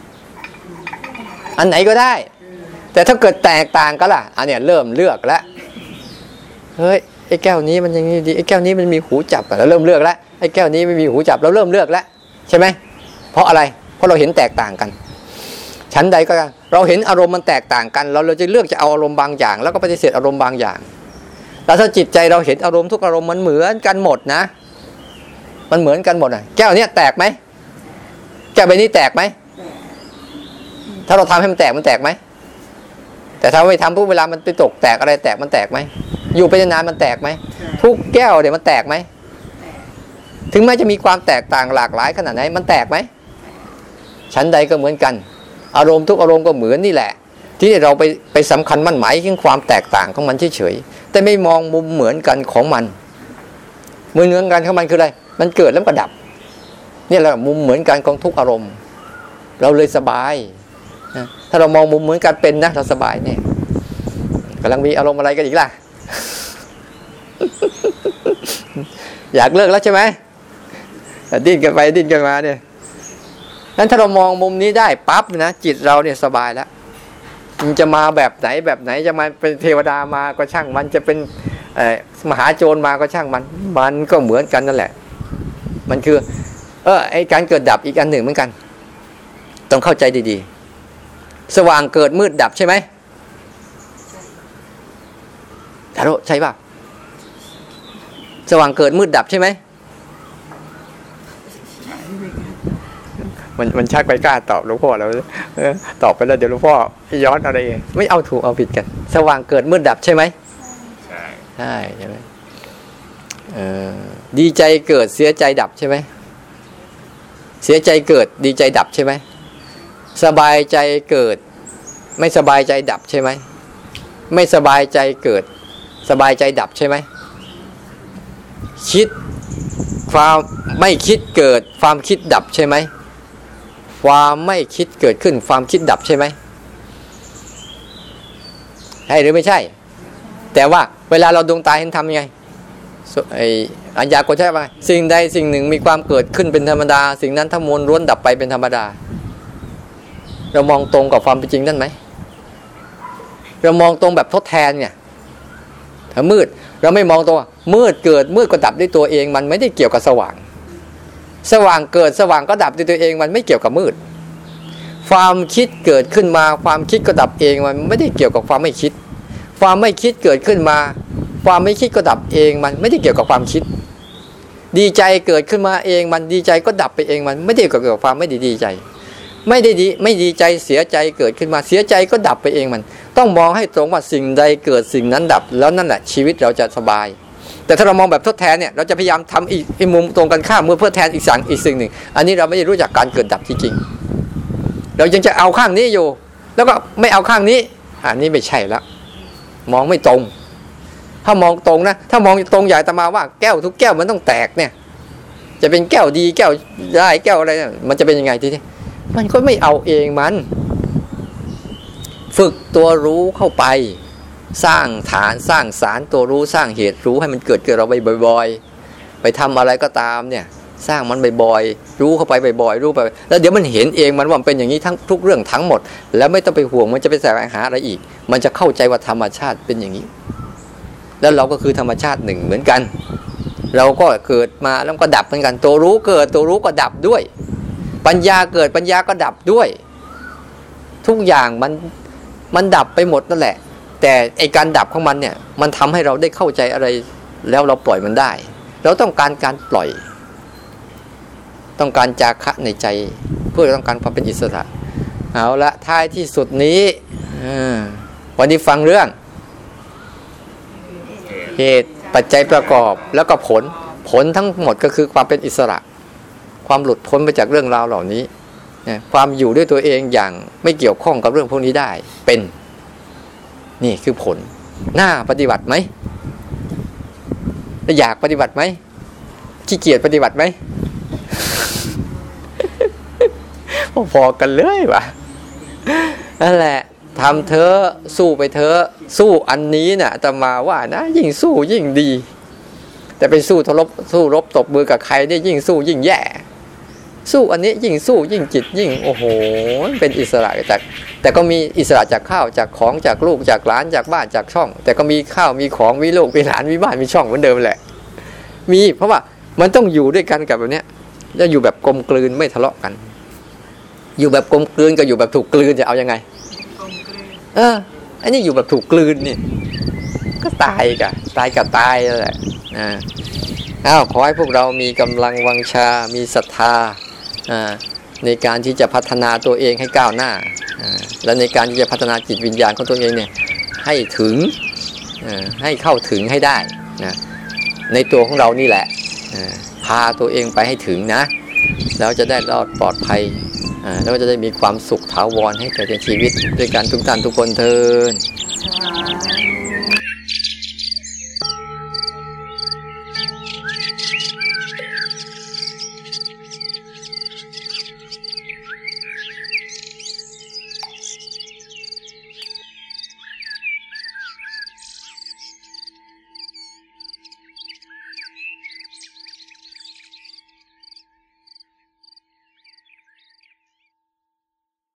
อันไหนก็ได้แต่ถ้าเกิดแตกต่างกันล่ะอันเนี้ยเริ่มเลือกแล้วเฮ้ยไอ้แก้วนี้มันยังดีไอ้แก้วนี้มันมีหูจับเราเริ่มเลือกแล้วไอ้แก้วนี้ไม่มีหูจับเราเริ่มเลือกแล้วใช่ไหมเพราะอะไรเพราะเราเห็นแตกต่างกันชั้นใดก็เราเห็นอารมณ์มันแตกต่างกันเราจะเลือกจะเอาอารมณ์บางอย่างแล้วก็ปฏิเสธอารมณ์บางอย่างแล้วถ้าจิตใจเราเห็นอารมณ์ทุกอารมณ์มันเหมือนกันหมดนะมันเหมือนกันหมดแก้วเนี้ยแตกไหมแก้วใบนี้แตกไหมถ้าเราทำให้มันแตกไหมแต่ถ้าไม่ทำปุ๊บเวลามันไปตกแตกอะไรแตกมันแตกไหมอยู่ไปนานมันแตกไหมทุกแก้วเดี๋ยวมันแตกไหมถึงแม้จะมีความแตกต่างหลากหลายขนาดไหนมันแตกไหมชั้นใดก็เหมือนกันอารมณ์ทุกอารมณ์ก็เหมือนนี่แหละที่เราไปสำคัญมั่นหมายถึงความแตกต่างของมันเฉยๆแต่ไม่มองมุมเหมือนกันของมันเหมือนกันของมันคืออะไรมันเกิดแล้วก็ดับนี่แหละมุมเหมือนกันของทุกอารมณ์เราเลยสบายนะถ้าเรามองมุมเหมือนกันเป็นนะเราสบายเนี่ยกำลังมีอารมณ์อะไรกันอีกล่ะ อยากเลิกแล้วใช่ไหมดิ้นกันไปดิ้นกันมาเนี่ยนั้นถ้าเรามองมุมนี้ได้ปั๊บนะจิตเราเนี่ยสบายแล้วมันจะมาแบบไหนจะมาเป็นเทวดามาก็ช่างมันจะเป็นมหาโจรมาก็ช่างมันก็เหมือนกันนั่นแหละมันคือไอ้การเกิดดับอีกอันหนึ่งเหมือนกันต้องเข้าใจดีๆสว่างเกิดมืดดับใช่ไหมทาโร่ใช่ป่ะสว่างเกิดมืดดับใช่ไหมมันชักไปกล้าตอบหลวงพ่อแล้วตอบไปแล้วเดี๋ยวหลวงพ่อย้อนอะไรไม่เอาถูกเอาผิดกันสว่างเกิดมืดดับใช่ไหมใช่ไหมดีใจเกิดเสียใจดับใช่ไหมเสียใจเกิดดีใจดับใช่ไหมสบายใจเกิดไม่สบายใจดับใช่ไหมไม่สบายใจเกิดสบายใจดับใช่ไหมคิดความไม่คิดเกิดความคิดดับใช่ไหมความไม่คิดเกิดขึ้นความคิดดับใช่ไหมใช่หรือไม่ใช่แต่ว่าเวลาเราดวงตาเห็นทำยังไงอัญญาโกฏใช่ไหมสิ่งใดสิ่งหนึ่งมีความเกิดขึ้นเป็นธรรมดาสิ่งนั้นทั้งมวลล้วนดับไปเป็นธรรมดาเรามองตรงกับความเป็นจริงนั่นไหมเรามองตรงแบบทดแทนเนี่ยถ้ามืดเราไม่มองตรงมืดเกิดมืดก็ดับด้วยตัวเองมันไม่ได้เกี่ยวกับสว่างสว่างเกิดสว่างก็ดับด้วยตัวเองมันไม่เกี่ยวกับมืดความคิดเกิดขึ้นมาความคิดก็ดับเองมันไม่ได้เกี่ยวกับความไม่คิดความไม่คิดเกิดขึ้นมาความไม่คิดก็ดับเองมันไม่ได้เกี่ยวกับความคิดดีใจเกิดขึ้นมาเองมันดีใจก็ดับไปเองมันไม่ได้เกี่ยวกับความไม่ดีใจไม่ดีใจเสียใจเกิดขึ้นมาเสียใจก็ดับไปเองมันต้องมองให้ตรงว่าสิ่งใดเกิดสิ่งนั้นดับแล้วนั่นแหละชีวิตเราจะสบายแต่ถ้าเรามองแบบทดแทนเนี่ยเราจะพยายามทำอีกมุมตรงกันข้ามเพื่อแทนอีกสิ่งหนึ่งอันนี้เราไม่ได้รู้จักการเกิดดับจริงๆเรายังจะเอาข้างนี้อยู่แล้วก็ไม่เอาข้างนี้อันนี้ไม่ใช่แล้วมองไม่ตรงถ้ามองตรงนะถ้ามองตรงใหญ่ตมาว่าแก้วทุกแก้วมันต้องแตกเนี่ยจะเป็นแก้วดีแก้วได้แก้วอะไรมันจะเป็นยังไงทีนี้มันก็ไม่เอาเองมันฝึกตัวรู้เข้าไปสร้างฐานสร้างสารตัวรู้สร้างเหตุรู้ให้มันเกิดเราไปบ่อยๆไปทำอะไรก็ตามเนี่ยสร้างมันบ่อยๆรู้เข้าไปบ่อยๆรู้ไปแล้วเดี๋ยวมันเห็นเองมันว่ามันเป็นอย่างนี้ทั้งทุกเรื่องทั้งหมดแล้วไม่ต้องไปห่วงมันจะไปแสวงหาอะไรอีกมันจะเข้าใจว่าธรรมชาติเป็นอย่างนี้แล้วเราก็คือธรรมชาติหนึ่งเหมือนกันเราก็เกิดมาแล้วก็ดับเหมือนกันตัวรู้เกิดตัวรู้ก็ดับด้วยปัญญาเกิดปัญญาก็ดับด้วยทุกอย่างมันดับไปหมดนั่นแหละแต่ไอการดับของมันเนี่ยมันทำให้เราได้เข้าใจอะไรแล้วเราปล่อยมันได้เราต้องการปล่อยต้องการจาคะในใจเพื่อต้องการความเป็นอิสระเอาละท้ายที่สุดนี้วันนี้ฟังเรื่องเหตุปัจจัยประกอบแล้วก็ผลทั้งหมดก็คือความเป็นอิสระความหลุดพ้นไปจากเรื่องราวเหล่านี้ความอยู่ด้วยตัวเองอย่างไม่เกี่ยวข้องกับเรื่องพวกนี้ได้เป็นนี่คือผลน่าปฏิบัติไหมอยากปฏิบัติไหมขี้เกียจปฏิบัติไหม พอกันเลยว่ะนั่นแหละทำเธอสู้ไปเธอสู้อันนี้น่ะอาตมาว่านะยิ่งสู้ยิ่งดีแต่ไปสู้รบตบมือกับใครเนี่ยยิ่งสู้ยิ่งแย่สู้อันนี้ยิ่งสู้ยิ่งจิตยิ่งโอ้โหเป็นอิสระจากแต่ก็มีอิสระจากข้าวจากของจากลูกจากหลานจากบ้านจากช่องแต่ก็มีข้าวมีของมีลูกมีหลานมีบ้านมีช่องเหมือนเดิมแหละมีเพราะว่ามันต้องอยู่ด้วยกันกับแบบเนี้ยจะอยู่แบบกลมกลืนไม่ทะเลาะกันอยู่แบบกลมกลืนกับอยู่แบบถูกกลืนจะเอายังไงอันนี้อยู่แบบถูกกลืนนี่ก็ตายกับตายนั่นแหละขอให้พวกเรามีกำลังวังชามีศรัทธาในการที่จะพัฒนาตัวเองให้ก้าวหน้าและในการที่จะพัฒนาจิตวิญญาณของตัวเองเนี่ยให้ถึงให้เข้าถึงให้ได้นะในตัวของเรานี่แหละพาตัวเองไปให้ถึงนะแล้วจะได้รอดปลอดภัยแล้วก็จะได้มีความสุขถาวรให้แก่ชีวิตด้วยกันทุกท่านทุกคนเทิน